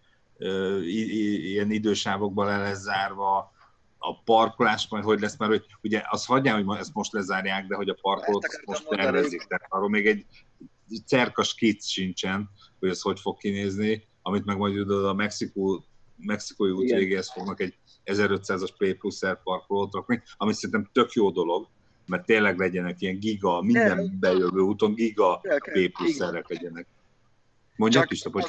[SPEAKER 3] ilyen idősávokban le lesz zárva, a parkolás majd hogy lesz, mert hogy ugye azt hagyján, hogy ezt most lezárják, de hogy a parkolót most tervezik, tehát arról még egy cerkas skic sincsen, hogy ez hogy fog kinézni, amit meg majd a mexikói út végéhez fognak egy 1500-as P plusz R parkolót rakni, ami szerintem tök jó dolog, mert tényleg legyenek ilyen giga, minden bejövő úton giga P plusz R-ek legyenek. Mondjak is,
[SPEAKER 2] ne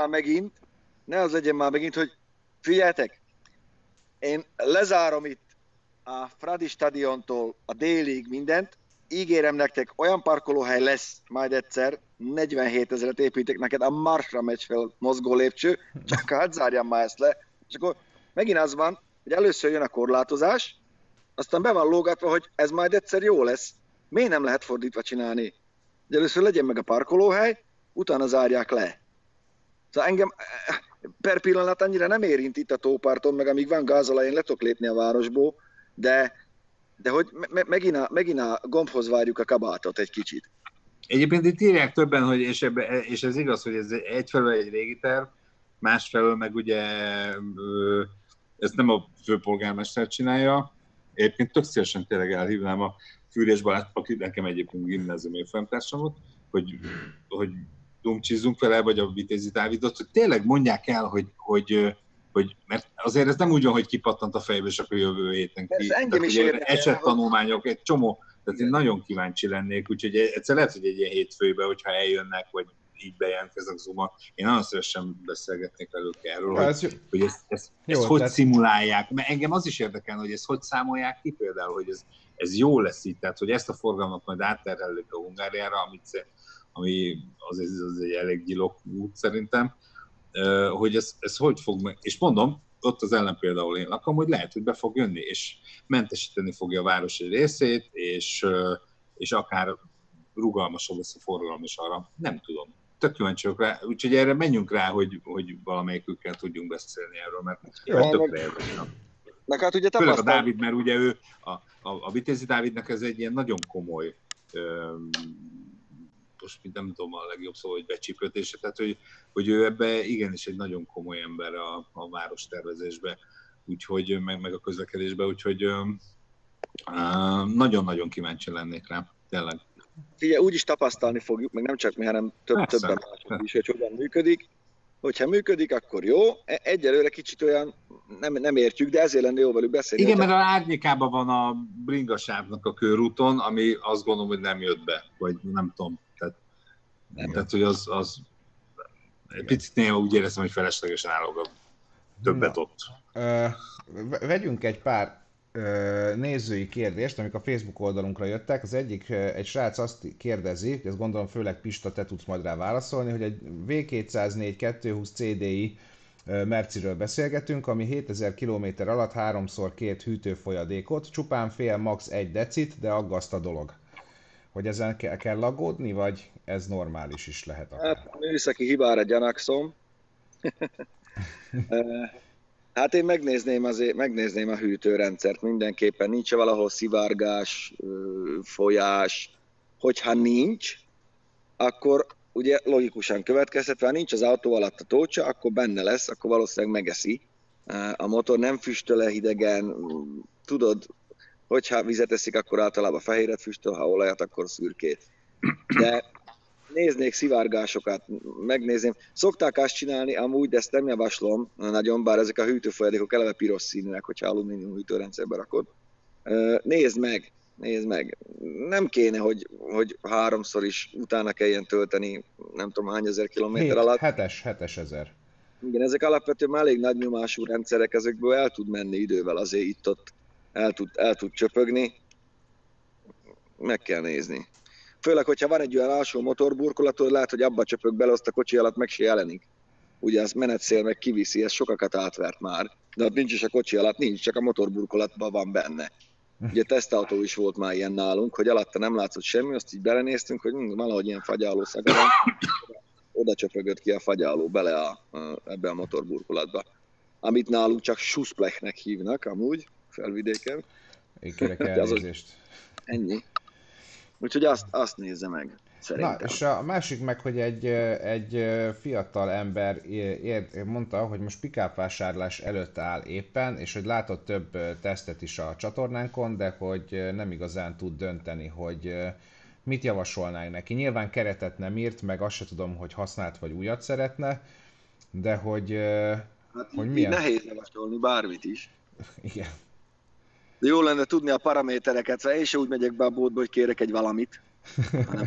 [SPEAKER 2] az legyen már megint, hogy figyeljetek, én lezárom itt a Fradi stadiontól a délig mindent, ígérem nektek, olyan parkolóhely lesz majd egyszer, 47 000-et építek neked, a Marsra megy fel mozgó lépcső, csak hát zárjam már ezt le. És akkor megint az van, hogy először jön a korlátozás, aztán be van lógatva, hogy ez majd egyszer jó lesz. Miért nem lehet fordítva csinálni? De először legyen meg a parkolóhely, utána zárják le. Szóval engem per pillanat annyira nem érint itt a tóparton, meg amíg van gázolaj, én le tudok lépni a városból, de hogy megint a gombhoz várjuk a kabátot egy kicsit.
[SPEAKER 3] Egyébként itt írják többen, hogy és ez igaz, hogy ez egyfelől egy régi terv, másfelől meg ugye ezt nem a főpolgármester csinálja. Egyébként tök szívesen tényleg elhívnám a Fűrjes Balázs, aki nekem egyébként gimnázium évfolyamtársam volt, hogy dumcsizzunk vele, vagy a Vitézi Dávidot, hogy tényleg mondják el, hogy mert azért ez nem úgy van, hogy kipattant a fejbe, és akkor jövő héten ki. Esettanulmányok, egy csomó, tehát én nagyon kíváncsi lennék, úgyhogy egyszer lehet, hogy egy ilyen hétfőben, hogyha eljönnek, vagy így bejelentkeznek Zoom-on, én nagyon szívesen beszélgetnék velük erről, hogy ezt hogy szimulálják. Mert engem az is érdekel, hogy ezt hogy számolják ki például, hogy ez jó lesz itt, tehát hogy ezt a forgalmat majd átterhelik a Hungáriára, ami az egy elég gyilok út szerintem, hogy ez hogy fog meg, és mondom, ott az ellenpélda, ahol én lakom, hogy lehet, hogy be fog jönni, és mentesíteni fogja a város egy részét, és akár rugalmasabb lesz a forgalom is arra. Nem tudom. Tök kíváncsi vagyok rá, úgyhogy erre menjünk rá, hogy valamelyikükkel tudjunk beszélni erről, mert tökre érdekel.
[SPEAKER 2] Hát ugye
[SPEAKER 3] főleg a Dávid, mert ugye ő, a Vitézi Dávidnak ez egy ilyen nagyon komoly most nem tudom a legjobb szó, hogy becsípőtése, tehát hogy ő ebbe igenis egy nagyon komoly ember a várostervezésbe. úgyhogy meg a közlekedésbe, úgyhogy nagyon-nagyon kíváncsi lennék rá, tényleg.
[SPEAKER 2] Figyelj, úgyis tapasztalni fogjuk, meg nem csak mi, hanem többen mások is, hogy hogyan működik. Hogyha működik, akkor jó. Egyelőre kicsit olyan nem értjük, de ezért lenne jó velük beszélni.
[SPEAKER 3] Igen, mert a árnyékában van a bringasávnak a körúton, ami azt gondolom, hogy nem jött be, vagy nem tudom. Tehát hogy az egy picit néha úgy éreztem, hogy feleslegesen állok a többet ott.
[SPEAKER 1] Vegyünk egy pár nézői kérdést, amik a Facebook oldalunkra jöttek. Az egyik, egy srác azt kérdezi, ezt gondolom főleg Pista, te tudsz majd rá válaszolni, hogy egy V204 220 CDI Merciről beszélgetünk, ami 7000 km alatt 3x2 hűtőfolyadékot, csupán fél max 1 decit, de aggaszt a dolog. Hogy ezen kell aggódni, vagy ez normális is lehet akár?
[SPEAKER 2] Hát műszaki hibára gyanakszom. Hát én megnézném a hűtőrendszert mindenképpen. Nincs valahol szivárgás, folyás. Hogyha nincs, akkor ugye logikusan következtetve, ha nincs az autó alatt a tócsa, akkor benne lesz, akkor valószínűleg megeszi. A motor nem füstöl hidegen, tudod, hogyha vizet eszik, akkor általában fehéret füstöl, ha olajat, akkor szürkét. De néznék szivárgásokat, megnézném. Szokták azt csinálni, amúgy, de ezt nem javaslom nagyon, bár ezek a hűtőfolyadékok eleve piros színűek, hogyha alumínium hűtőrendszerbe rakod. Nézd meg. Nem kéne, hogy háromszor is utána kelljen tölteni, nem tudom hány ezer kilométer alatt.
[SPEAKER 1] 7-es ezer.
[SPEAKER 2] Igen, ezek alapvetően elég nagy nyomású rendszerek, ezekből el tud menni idővel, azért itt-ott el tud csöpögni. Meg kell nézni. Főleg, hogyha van egy olyan alsó motorburkolatod, lehet, hogy abba csöpög bele, azt a kocsi alatt meg se jelenik. Ugye az menetszél meg kiviszi, ez sokakat átvert már. De ott nincs is a kocsi alatt, nincs, csak a motorburkolatban van benne. Ugye tesztautó is volt már ilyen nálunk, hogy alatta nem látszott semmi, azt így belenéztünk, hogy valahogy ilyen fagyáló szaga van. Oda csöpögött ki a fagyáló bele ebbe a motorburkolatba. Amit nálunk csak Schussblechnek hívnak amúgy, Felvidéken.
[SPEAKER 1] Én kérek elnézést.
[SPEAKER 2] Ennyi. Úgyhogy azt nézze meg, szerintem.
[SPEAKER 1] Na, és a másik meg, hogy egy fiatal ember mondta, hogy most pick-up vásárlás előtt áll éppen, és hogy látott több tesztet is a csatornánkon, de hogy nem igazán tud dönteni, hogy mit javasolnánk neki. Nyilván keretet nem írt, meg azt se tudom, hogy használt vagy újat szeretne, de hogy,
[SPEAKER 2] hát
[SPEAKER 1] hogy
[SPEAKER 2] így
[SPEAKER 1] milyen...
[SPEAKER 2] nehéz javasolni bármit is.
[SPEAKER 1] Igen.
[SPEAKER 2] De jó lenne tudni a paramétereket, szóval én se úgy megyek be a boltba, hogy kérek egy valamit. Hanem...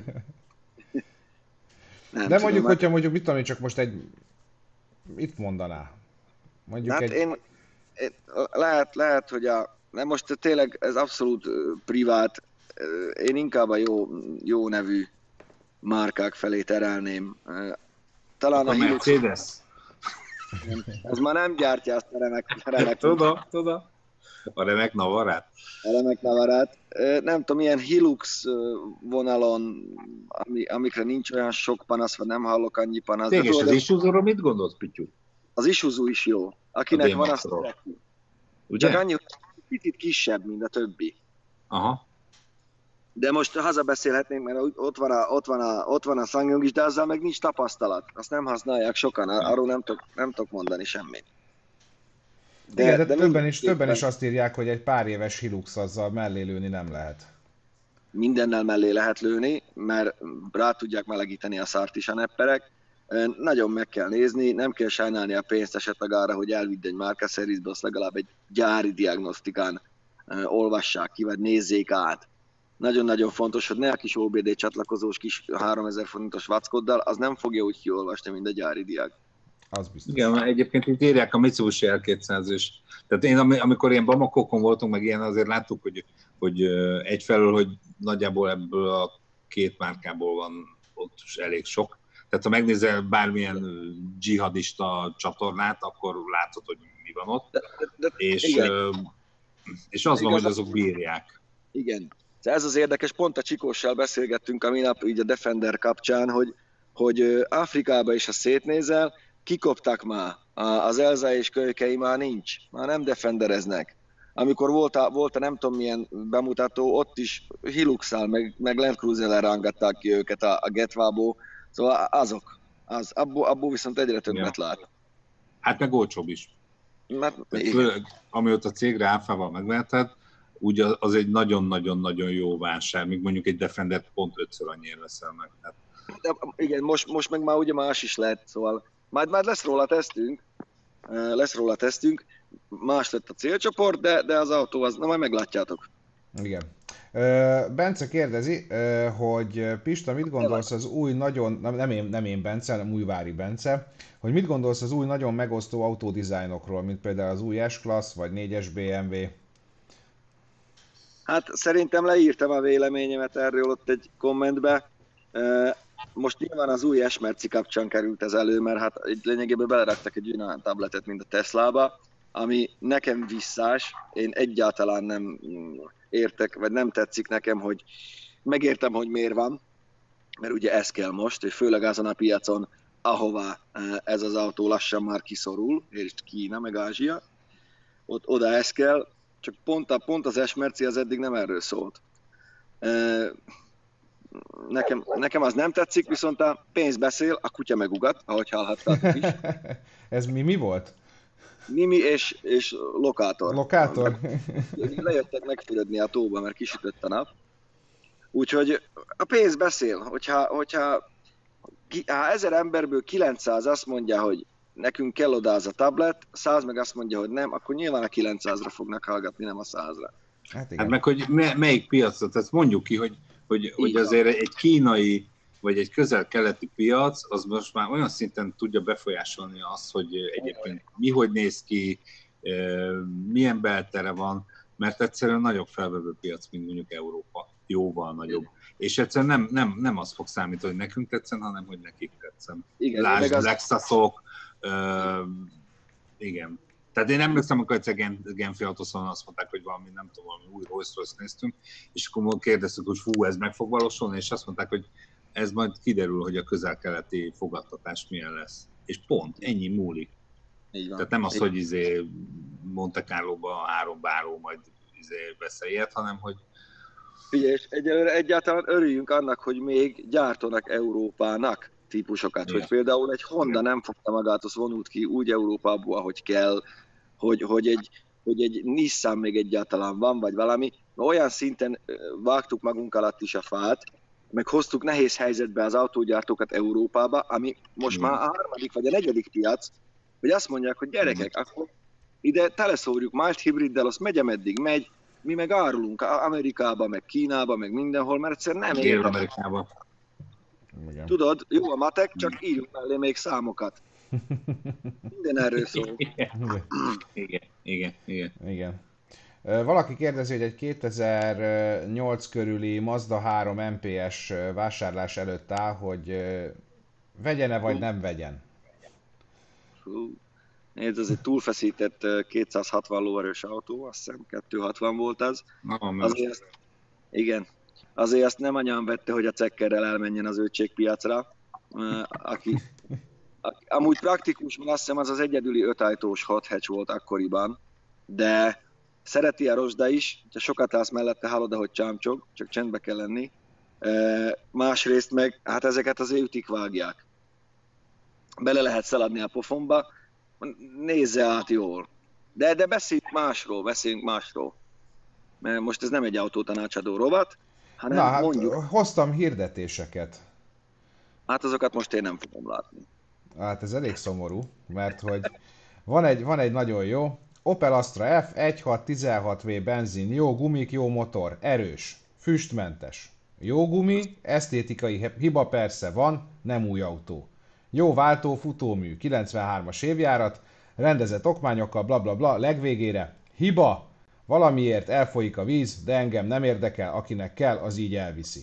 [SPEAKER 1] De mondjuk, hogyha mondjuk, mit tudom én, csak most mit mondaná? Mondjuk
[SPEAKER 2] hát én lehet, hogy nem most tényleg ez abszolút privát, én inkább a jó nevű márkák felé terelném. Talán a
[SPEAKER 3] Mercedes.
[SPEAKER 2] Ez már nem gyártja azt a remek.
[SPEAKER 3] Tudom. A remek Navarát.
[SPEAKER 2] A remek Navarát. Nem tudom, ilyen Hilux vonalon, amikre nincs olyan sok panasz, vagy nem hallok annyi panasz.
[SPEAKER 3] Tényleg, és az Isuzu-ról mit gondolsz, Pityu?
[SPEAKER 2] Az Isuzu is jó. Akinek van, azt szereti. Csak annyi, hogy picit kisebb, mint a többi.
[SPEAKER 3] Aha.
[SPEAKER 2] De most hazabeszélhetnénk, mert ott van a Sangyong is, de azzal meg nincs tapasztalat. Azt nem használják sokan, arról nem tudok mondani semmit.
[SPEAKER 1] De többen is azt írják, hogy egy pár éves Hilux azzal mellé lőni nem lehet.
[SPEAKER 2] Mindennel mellé lehet lőni, mert rá tudják melegíteni a szart is a nepperek. Nagyon meg kell nézni, nem kell sajnálni a pénzt esetleg arra, hogy elvidd egy márkaszervizbe, azt legalább egy gyári diagnosztikán olvassák ki, vagy nézzék át. Nagyon-nagyon fontos, hogy ne a kis OBD csatlakozós kis 3000 forintos vackoddal, az nem fogja úgy kiolvasni, mint a gyári diag.
[SPEAKER 1] Az biztos.
[SPEAKER 3] Igen, egyébként itt írják a Mitsubishi L200-es. Tehát én, amikor ilyen Bamakókon voltunk, meg ilyen, azért láttuk, hogy egyfelől, hogy nagyjából ebből a két márkából van ott elég sok. Tehát ha megnézel bármilyen dzsihadista csatornát, akkor látod, hogy mi van ott. És az van, hogy azok bírják.
[SPEAKER 2] Igen. Ez az érdekes, pont a Csikóssal beszélgettünk a minap így a Defender kapcsán, hogy Afrikába is, ha szétnézel, kikoptak már, az Elza és kölykei már nincs, már nem defendereznek. Amikor volt a nem tudom milyen bemutató, ott is Hilux-szal, meg Land Cruiser-rel rángatták ki őket a Getvából, szóval abból viszont egyre többet lát.
[SPEAKER 3] Hát meg olcsóbb is. Főleg, amióta cégre áfával megveheted, úgy az egy nagyon-nagyon-nagyon jó vásár, míg mondjuk egy Defender pont 5-ször annyira veszel meg.
[SPEAKER 2] De igen, most meg már ugye más is lett, szóval majd lesz róla tesztünk, más lett a célcsoport, de az autó az, na majd meglátjátok.
[SPEAKER 1] Igen. Bence kérdezi, hogy Pista, mit gondolsz az új nagyon, nem én Bence, hanem Újvári Bence, hogy mit gondolsz az új nagyon megosztó autódizájnokról, mint például az új S-Class vagy 4-es BMW?
[SPEAKER 2] Hát szerintem leírtam a véleményemet erről ott egy kommentbe. Most nyilván az új S-Merci kapcsán került ez elő, mert hát lényegében beleraktak egy olyan tabletet, mint a Teslába, ami nekem visszás, én egyáltalán nem értek, vagy nem tetszik nekem, hogy megértem, hogy miért van, mert ugye ez kell most, és főleg azon a piacon, ahová ez az autó lassan már kiszorul, és Kína, meg Ázsia, ott oda ez kell, csak pont az S-Merci az eddig nem erről szólt. Nekem az nem tetszik, viszont a pénz beszél, a kutya megugat, ahogy hallhattátok is.
[SPEAKER 1] Ez mi volt?
[SPEAKER 2] Mimi és lokátor.
[SPEAKER 1] Lokátor?
[SPEAKER 2] Lejöttek megfürödni a tóba, mert kisütött a nap. Úgyhogy a pénz beszél, hogyha 1000 emberből 900 azt mondja, hogy nekünk kell oda az a tablet, 100 meg azt mondja, hogy nem, akkor nyilván a 900-ra fognak hallgatni, nem a 100-ra.
[SPEAKER 3] Hát meg, hogy melyik piacot, ezt mondjuk ki, hogy azért egy kínai vagy egy közel-keleti piac, az most már olyan szinten tudja befolyásolni azt, hogy egyébként mi hogy néz ki, milyen beltere van, mert egyszerűen nagyobb felvevő piac, mint mondjuk Európa. Jóval nagyobb. És egyszerűen nem az fog számítani, hogy nekünk tetszen, hanem hogy nekik tetszen. Lásd, Lexusok, igen. Tehát én emlékszem, amikor egyszer Genfi Autoszalon azt mondták, hogy valami, nem tudom, valami új Rolls-Royce néztünk, és akkor kérdeztük, hogy fú, ez meg fog valósulni, és azt mondták, hogy ez majd kiderül, hogy a közel-keleti fogadtatás milyen lesz. És pont, ennyi múlik. Tehát nem az, hogy Monte Carlo-ba 3 báró majd vesz ilyet, hanem hogy...
[SPEAKER 2] Figyelj, és egyelőre egyáltalán örüljünk annak, hogy még gyártanak Európának típusokat, hogy például egy Honda nem fogta magát, az vonult ki úgy Európából, ahogy kell, hogy egy Nissan még egyáltalán van, vagy valami. Olyan szinten vágtuk magunk alatt is a fát, meg hoztuk nehéz helyzetbe az autógyártókat Európába, ami most már a 3. vagy a 4. piac, hogy azt mondják, hogy gyerekek, akkor ide teleszórjuk mild hibriddel, azt megy, ameddig megy, mi meg árulunk Amerikába, meg Kínába, meg mindenhol, mert egyszerűen nem értek.
[SPEAKER 3] Amerikába.
[SPEAKER 2] Tudod, jó a matek, csak írjuk mellé még számokat. Minden erről szól.
[SPEAKER 3] Igen.
[SPEAKER 1] Valaki kérdezi, hogy egy 2008 körüli Mazda 3 MPS vásárlás előtt áll, hogy vegyen-e vagy nem vegyen?
[SPEAKER 2] Nézd, ez egy túlfeszített 260 lóerős autó, azt hiszem 260 volt az. Azért azt nem anyám vette, hogy a cekkerrel elmenjen az ötségpiacra, aki amúgy praktikus, mert azt hiszem az egyedüli 5-ajtós hot hatch volt akkoriban, de szereti a rozsda is, ha sokat állsz mellette, hallod, ahogy csámcsog, csak csendbe kell lenni. Másrészt meg, hát ezeket azért ütik, vágják. Bele lehet szaladni a pofonba, nézze át jól. De beszéljünk másról. Mert most ez nem egy autótanácsadó rovat, hanem
[SPEAKER 1] hát
[SPEAKER 2] mondjuk...
[SPEAKER 1] hoztam hirdetéseket.
[SPEAKER 2] Hát azokat most én nem fogom látni.
[SPEAKER 1] Hát ez elég szomorú, mert hogy van egy nagyon jó Opel Astra F 1.6 16V benzin, jó gumik, jó motor, erős, füstmentes. Jó gumi, esztétikai hiba persze van, nem új autó. Jó váltó, futómű, 93-as évjárat, rendezett okmányokkal, blablabla, legvégére, hiba, valamiért elfolyik a víz, de engem nem érdekel, akinek kell, az így elviszi.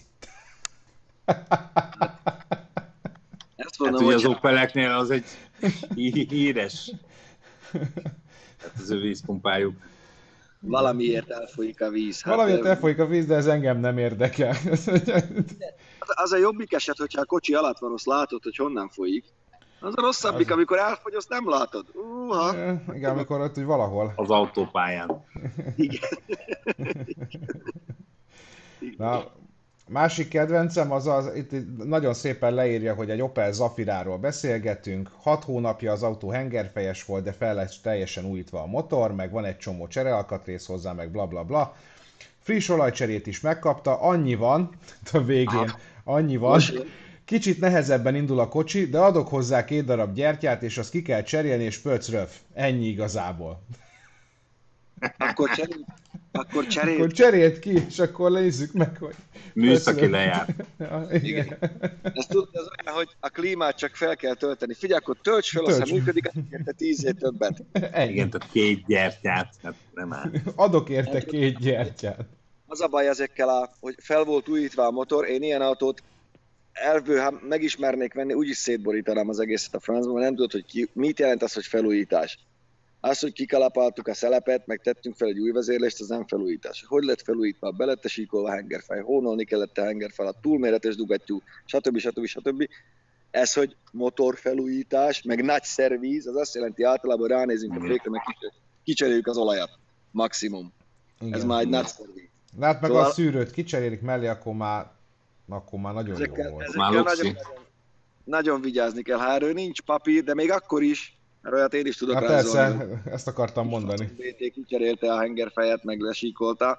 [SPEAKER 2] Ezt mondom,
[SPEAKER 3] hát ugye az Opeleknél az egy híres. Hát az ő vízpumpájuk.
[SPEAKER 2] Valamiért elfolyik a víz.
[SPEAKER 1] Valamiért elfolyik a víz, de ez engem nem érdekel.
[SPEAKER 2] Az a jobbik eset, hogyha a kocsi alatt van, azt látod, hogy honnan folyik. Az a rosszabbik, amikor elfogy, azt nem látod.
[SPEAKER 1] Igen, amikor ott úgy valahol.
[SPEAKER 3] Az autópályán.
[SPEAKER 2] Igen.
[SPEAKER 1] Na, Másik kedvencem itt nagyon szépen leírja, hogy egy Opel Zafiráról beszélgetünk. 6 hónapja az autó hengerfejes volt, de fel lesz teljesen újítva a motor, meg van egy csomó cserealkatrész hozzá, meg bla bla bla. Friss olajcserét is megkapta, annyi van, a végén, annyi van. Kicsit nehezebben indul a kocsi, de adok hozzá 2 darab gyertyát, és azt ki kell cserélni, és pöc röv. Ennyi igazából.
[SPEAKER 2] Akkor cserél.
[SPEAKER 1] Akkor cserélt ki, és akkor nézzük meg, hogy...
[SPEAKER 3] Műszaki lejárt.
[SPEAKER 1] Ja,
[SPEAKER 2] igen. Ezt tudod, ez olyan, hogy a klímát csak fel kell tölteni. Figyelj, akkor tölts fel, aztán működik, azt érte 10 év többet.
[SPEAKER 3] Igen, tehát 2 gyertyát, hát nem áll.
[SPEAKER 1] Adok érte 2 gyertyát.
[SPEAKER 2] Az a baj ezekkel, hogy fel volt újítva a motor, én ilyen autót elvből, ha megismernék venni, úgyis szétborítanám az egészet a francba, mert nem tudod, hogy mit jelent az, hogy felújítás. Az, hogy kikalapáltuk a szelepet, meg tettünk fel egy új vezérlést, az nem felújítás. Hogy lett felújítva? Be lett síkolva a hengerfej, hónolni kellett a hengerfel, a túlméretes dugattyú, stb. Ez, hogy motorfelújítás, meg nagy szervíz, az azt jelenti, általában ránézünk a fékre, meg kicseréljük az olajat. Maximum. Igen. Ez már egy nagy szervíz.
[SPEAKER 1] Hát meg szóval... a szűrőt kicserélik mellé, akkor már nagyon jó volt.
[SPEAKER 2] Nagyon vigyázni kell, ha erről nincs papír, de még akkor is, mert olyat én is tudok
[SPEAKER 1] rázolni. Persze, ezt akartam mondani.
[SPEAKER 2] BT kicserélte a hengerfejet, meg lesíkolta.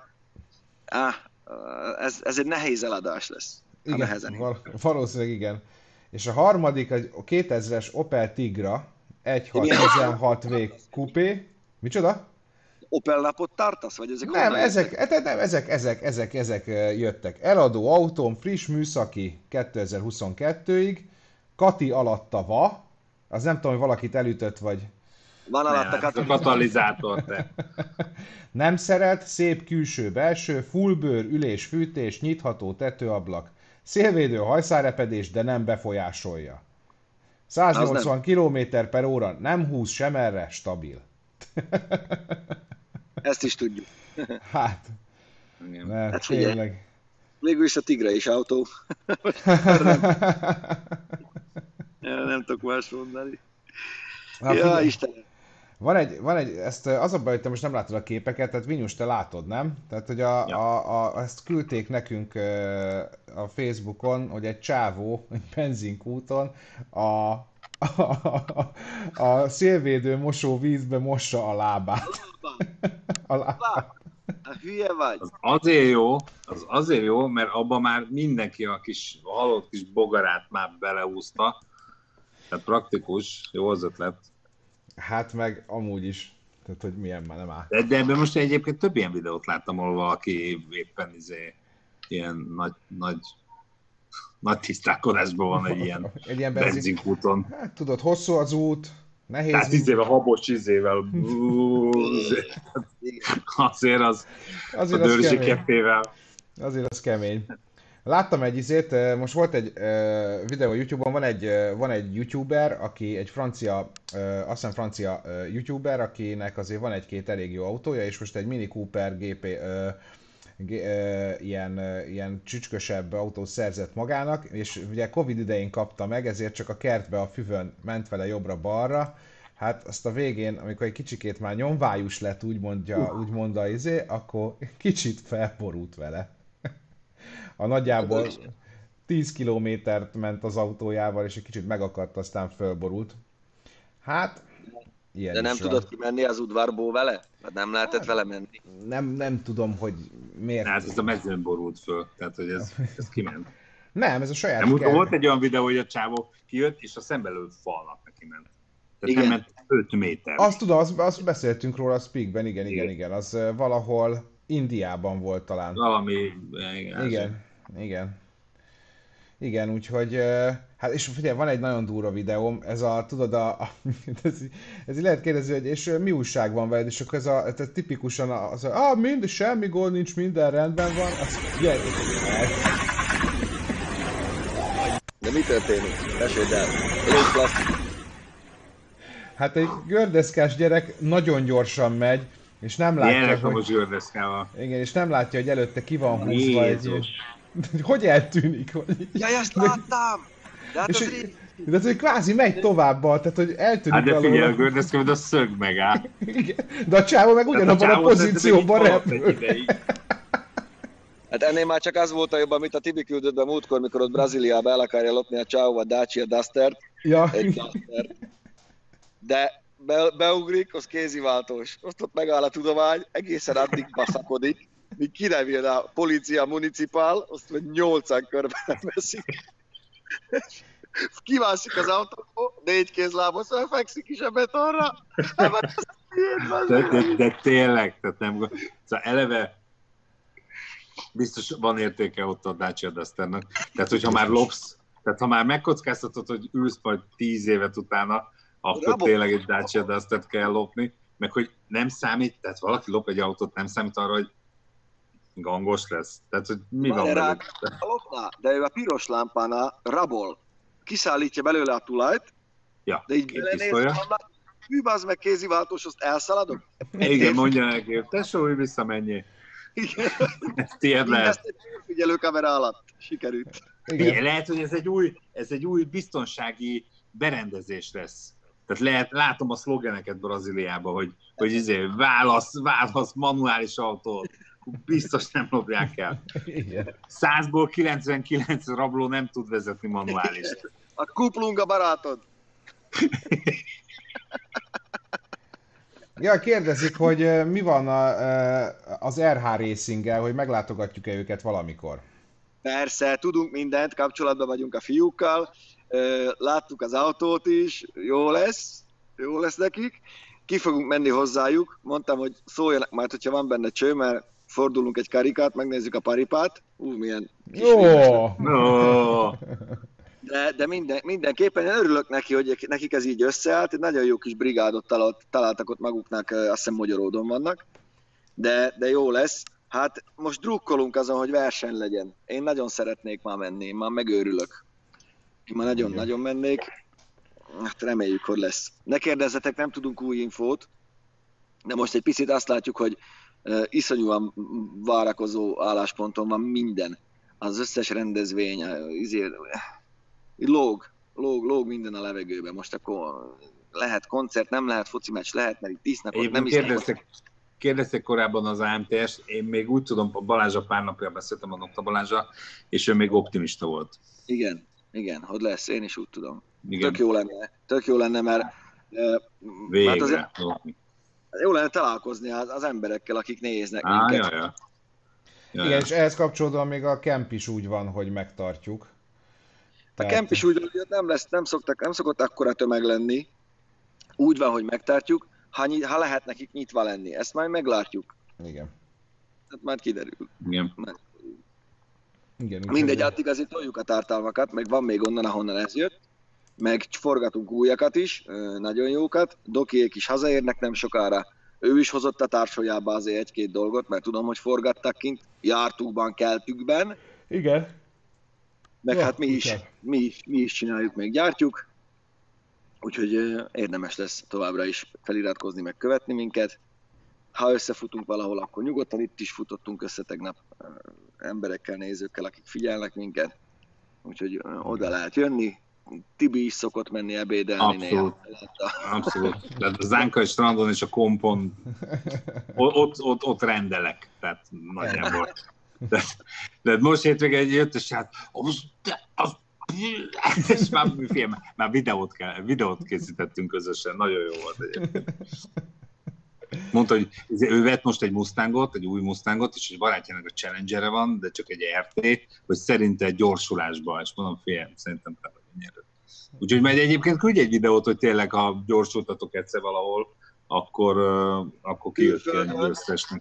[SPEAKER 2] Ez egy nehéz eladás lesz.
[SPEAKER 1] Igen, valószínűleg igen. És a harmadik, a 2000-es Opel Tigra 1.6 Coupé. Micsoda?
[SPEAKER 2] Opel napot tartasz? Vagy
[SPEAKER 1] ezek jöttek. Eladó autóm, friss műszaki 2022-ig, Kati alatta va, az nem tudom, hogy valakit elütött, vagy...
[SPEAKER 2] Van alatta
[SPEAKER 3] a katalizátor, te.
[SPEAKER 1] Nem szeret, szép külső-belső, fullbőr, ülés, fűtés, nyitható tetőablak, szélvédő hajszárepedés, de nem befolyásolja. 180 km/h, nem húz sem erre, stabil.
[SPEAKER 2] Ezt is tudjuk.
[SPEAKER 1] Hát,
[SPEAKER 2] hát tényleg. Végül is a Tigra is autó. nem tudok más mondani. Ja, Istenem.
[SPEAKER 1] Van egy, ezt az a baj, hogy te most nem látod a képeket, tehát Vinyus, te látod, nem? Tehát, hogy ezt küldték nekünk a Facebookon, hogy egy csávó, egy benzinkúton a szélvédő mosóvízbe mossa a lábát.
[SPEAKER 2] A hülye vagy.
[SPEAKER 3] Az azért jó, mert abban már mindenki a kis halott kis bogarát már beleúzta. Tehát praktikus, jó az ötlet.
[SPEAKER 1] Hát meg amúgy is. Tehát, hogy milyen már nem áll.
[SPEAKER 3] De ebben most egyébként több ilyen videót láttam, ahol valaki éppen ilyen nagy tisztálkodásban van egy ilyen benzinkúton.
[SPEAKER 1] Hát tudod, hosszú az út, nehéz.
[SPEAKER 3] Tehát 10 éve habos izével. Azért az a dörzsi keppével.
[SPEAKER 1] Azért az kemény. Láttam egy izét, most volt egy videó a YouTube-on, van egy YouTuber, aki egy francia, azt hiszem francia YouTuber, akinek azért van egy-két elég jó autója, és most egy Mini Cooper GP ilyen csücskösebb autót szerzett magának, és ugye Covid idején kapta meg, ezért csak a kertbe a füvön ment vele jobbra-balra. Hát azt a végén, amikor egy kicsikét már nyomvájus lett, úgy mondja akkor kicsit felborult vele. A nagyjából 10 kilométert ment az autójával, és egy kicsit megakadt, aztán fölborult. Hát, ilyen
[SPEAKER 2] de nem tudod kimenni az udvarból vele? Vagy nem lehetett vele menni?
[SPEAKER 1] Nem tudom, hogy miért.
[SPEAKER 3] Hát ez a mezőn borult föl, tehát hogy ez kiment.
[SPEAKER 1] Nem, ez a saját
[SPEAKER 3] volt egy olyan videó, hogy a csávó kijött, és a szembelő falnak neki ment. Tehát nem ment 5 méter.
[SPEAKER 1] Azt tudom, azt beszéltünk róla a Speakben, igen. Az valahol Indiában volt talán.
[SPEAKER 3] Valami...
[SPEAKER 1] Igen, úgyhogy... Hát és figyelj, van egy nagyon durva videóm, tudod, ez így lehet kérdezni, hogy és mi újság van veled, és akkor ez tipikusan semmi gond nincs, minden rendben van,
[SPEAKER 2] De mi történik? Meséld el. Légy plastik.
[SPEAKER 1] Hát egy gördeszkás gyerek nagyon gyorsan megy, és nem látja,
[SPEAKER 3] igen,
[SPEAKER 1] és nem látja, hogy előtte ki van húzva egy... Hogy eltűnik?
[SPEAKER 2] Jaj, azt láttam! De hát
[SPEAKER 1] de hogy kvázi megy tovább, tehát hogy eltűnik.
[SPEAKER 3] Hát de figyelj, a gördeszka, hogy a szög megáll.
[SPEAKER 1] Igen, de a csávó meg ugyanabban a pozícióban repül.
[SPEAKER 2] Hát ennél már csak az volt a jobb, amit a Tibi küldött be múltkor, mikor ott Brazíliába el akarja lopni a Ciao a Dacia Duster-t,
[SPEAKER 1] Ja,
[SPEAKER 2] egy Duster, de beugrik, az kéziváltós. Ott megáll a tudomány, egészen addig baszakodik, míg ki nem jön a policia municipál, azt vagy 8-an körben veszik. Kivászik az autóból, 4 kézlábon, szóval fekszik is a betonra.
[SPEAKER 3] De tényleg, tehát nem, szóval eleve biztos van értéke ott a Dacia Dusternek. Tehát, hogyha már lopsz, tehát ha már megkockáztatod, hogy ülsz majd 10 évet utána, akkor tényleg egy Dacia Dustert kell lopni, meg hogy nem számít, tehát valaki lop egy autót, nem számít arra, hogy gangos lesz. Tehát, hogy mi van velük?
[SPEAKER 2] De ő a piros lámpánál rabol. Kiszállítja belőle a tulajt,
[SPEAKER 3] ja,
[SPEAKER 2] de így belenéz, hűbázd meg kéziváltós, azt elszaladok.
[SPEAKER 3] Igen, mondja neki, tesó, hogy visszamenjél.
[SPEAKER 2] Igen.
[SPEAKER 3] Ez tiéd lehet.
[SPEAKER 2] Mindezt egy figyelőkamera alatt sikerült.
[SPEAKER 3] Igen. Lehet, hogy ez egy új biztonsági berendezés lesz. Tehát látom a szlogeneket Brazíliában, hogy válasz manuális autót. Biztos nem lopják el. 100-ból 99 rabló nem tud vezetni manuálist.
[SPEAKER 2] A kuplunga barátod.
[SPEAKER 1] Ja, kérdezik, hogy mi van az RH Racing-gel, hogy meglátogatjuk-e őket valamikor?
[SPEAKER 2] Persze, tudunk mindent, kapcsolatban vagyunk a fiúkkal, láttuk az autót is, jó lesz nekik. Ki fogunk menni hozzájuk, mondtam, hogy szóljanak majd, hogyha van benne cső, mert fordulunk egy karikát, megnézzük a paripát. Milyen kis De mindenképpen én örülök neki, hogy nekik ez így összeállt. Egy nagyon jó kis brigádot találtak ott maguknak, azt hiszem Magyaródon vannak. De jó lesz. Hát most drukkolunk azon, hogy verseny legyen. Én nagyon szeretnék már menni, én már megőrülök. Én már nagyon mennék. Hát reméljük, hogy lesz. Ne kérdezzetek, nem tudunk új infót, de most egy picit azt látjuk, hogy iszonyúan várakozó állásponton van minden. Az összes rendezvény, lóg minden a levegőben. Most akkor lehet koncert, nem lehet foci meccs, lehet, mert itt isznak, ott nem isznak.
[SPEAKER 3] Kérdezték korábban az AMTS-t, én még úgy tudom, a Balázsa pár napja beszéltem a Nokta Balázsa, és ő még optimista volt.
[SPEAKER 2] Igen, hogy lesz, én is úgy tudom.
[SPEAKER 3] Igen.
[SPEAKER 2] Tök jó lenne, mert
[SPEAKER 3] végre.
[SPEAKER 2] Hát azért, jó lenne találkozni az emberekkel, akik néznek minket.
[SPEAKER 3] Ja.
[SPEAKER 1] Igen, és ehhez kapcsolódóan még a kemp is úgy van, hogy megtartjuk.
[SPEAKER 2] A kemp is úgy van, hogy nem szokott akkora tömeg lenni. Úgy van, hogy megtartjuk, ha lehet nekik nyitva lenni. Ezt majd meglátjuk.
[SPEAKER 1] Igen.
[SPEAKER 2] Hát majd kiderül.
[SPEAKER 1] Igen,
[SPEAKER 2] mindegy, addig azért toljuk a tartalmakat, meg van még onnan, ahonnan ez jött. Meg forgatunk újakat is, nagyon jókat. Dokiék is hazaérnek nem sokára. Ő is hozott a társajába azért 1-2 dolgot, mert tudom, hogy forgattak kint. Jártukban, keltükben.
[SPEAKER 1] Igen.
[SPEAKER 2] Meg hát mi is csináljuk, még gyártjuk. Úgyhogy érdemes lesz továbbra is feliratkozni, meg követni minket. Ha összefutunk valahol, akkor nyugodtan itt is futottunk össze tegnap emberekkel, nézőkkel, akik figyelnek minket. Úgyhogy oda lehet jönni. Tibi is szokott menni ebédelni.
[SPEAKER 3] Abszolút. Tehát a Zánkai strandon és a kompon ott rendelek. Tehát nagyjából. De most hétvégén jött, és hát és már videót készítettünk közösen. Nagyon jó volt egyébként. Mondta, hogy ő vett most egy Mustangot, egy új Mustangot, és egy barátjának a Challenger-e van, de csak egy RT, hogy szerinte egy gyorsulásba, és mondom, szerintem te vagy ennyire. Úgyhogy majd egyébként küldj egy videót, hogy tényleg, ha gyorsultatok egyszer valahol, akkor kijött ki egy győztesnek.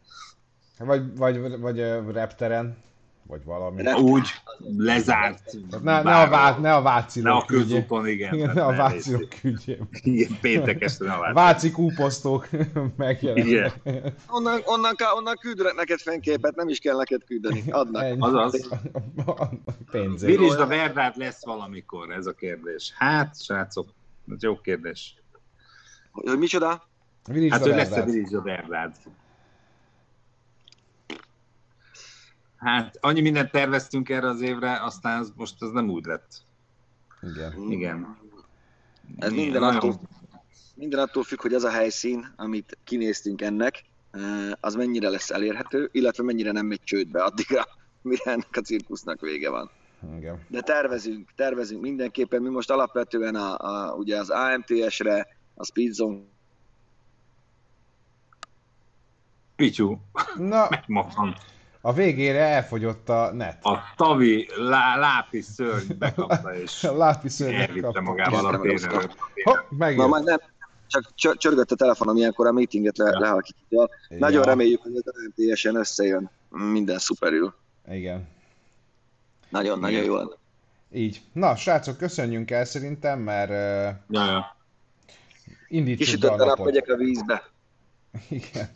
[SPEAKER 1] Vagy repteren, vagy valami.
[SPEAKER 3] Úgy lezárt.
[SPEAKER 1] Ne a Vácilók.
[SPEAKER 3] Ne a közúton, igen.
[SPEAKER 1] Ne a Vácilók küldjél.
[SPEAKER 3] Igen, péntek este ne a
[SPEAKER 1] Váci kúposztók megjelennek.
[SPEAKER 2] Onnan küldnek neked fényképet, nem is kell neked küldeni. Adnak.
[SPEAKER 3] Azaz.
[SPEAKER 1] Pénzért.
[SPEAKER 3] Virizsd a Verdát lesz valamikor, ez a kérdés. Hát, srácok, ez jó kérdés.
[SPEAKER 2] Hogy micsoda?
[SPEAKER 3] Hát, hogy lesz-e Virizsd a Verdát? Hát, annyi mindent terveztünk erre az évre, aztán most ez nem úgy lett. Igen.
[SPEAKER 2] Ez minden attól függ, hogy az a helyszín, amit kinéztünk ennek, az mennyire lesz elérhető, illetve mennyire nem megy csődbe addigra, mire ennek a cirkusznak vége van.
[SPEAKER 1] Igen.
[SPEAKER 2] De tervezünk mindenképpen. Mi most alapvetően ugye az AMTS-re, a Speedzone.
[SPEAKER 3] Pityú,
[SPEAKER 1] Na,
[SPEAKER 3] megmokant.
[SPEAKER 1] a végére elfogyott a net.
[SPEAKER 3] A tavi lápi szörny bekapta, és
[SPEAKER 1] Lápi szörnyet
[SPEAKER 3] elvitte
[SPEAKER 1] kapta.
[SPEAKER 3] magával a térerőt.
[SPEAKER 1] Hopp,
[SPEAKER 2] Na,
[SPEAKER 1] megjött.
[SPEAKER 2] majd nem, csak csörgött a telefonom, ilyenkor a meetinget lehalkítja. Nagyon
[SPEAKER 1] Ja.
[SPEAKER 2] reméljük, hogy az AMTS-en összejön. Minden szuperül.
[SPEAKER 1] Igen.
[SPEAKER 2] Nagyon jól.
[SPEAKER 1] Így. Na, srácok, köszönjünk el szerintem, mert
[SPEAKER 3] Ja.
[SPEAKER 1] indítsuk be a
[SPEAKER 2] Kisütött a nap,
[SPEAKER 1] napot.
[SPEAKER 2] megyek a vízbe.
[SPEAKER 1] Igen.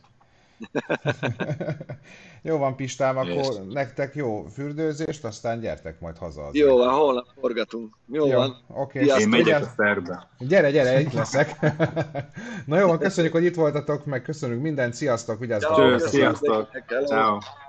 [SPEAKER 1] Jó van, Pistám, akkor
[SPEAKER 3] És-
[SPEAKER 1] nektek jó fürdőzést, aztán gyertek majd haza. azért.
[SPEAKER 2] Jó van, holnap forgatunk. Jó van.
[SPEAKER 1] Oké.
[SPEAKER 2] Sziasztok.
[SPEAKER 3] Én megyek
[SPEAKER 1] Vigyázz-
[SPEAKER 3] a szerbe.
[SPEAKER 1] Gyere, itt leszek. Na jó van, köszönjük, hogy itt voltatok, meg köszönjük mindent, sziasztok, vigyázzatok.
[SPEAKER 2] Ciao,
[SPEAKER 3] Cső,
[SPEAKER 1] magatokra.
[SPEAKER 2] köszönjük
[SPEAKER 3] sziasztok.
[SPEAKER 2] nektek, hello.
[SPEAKER 3] Ciao.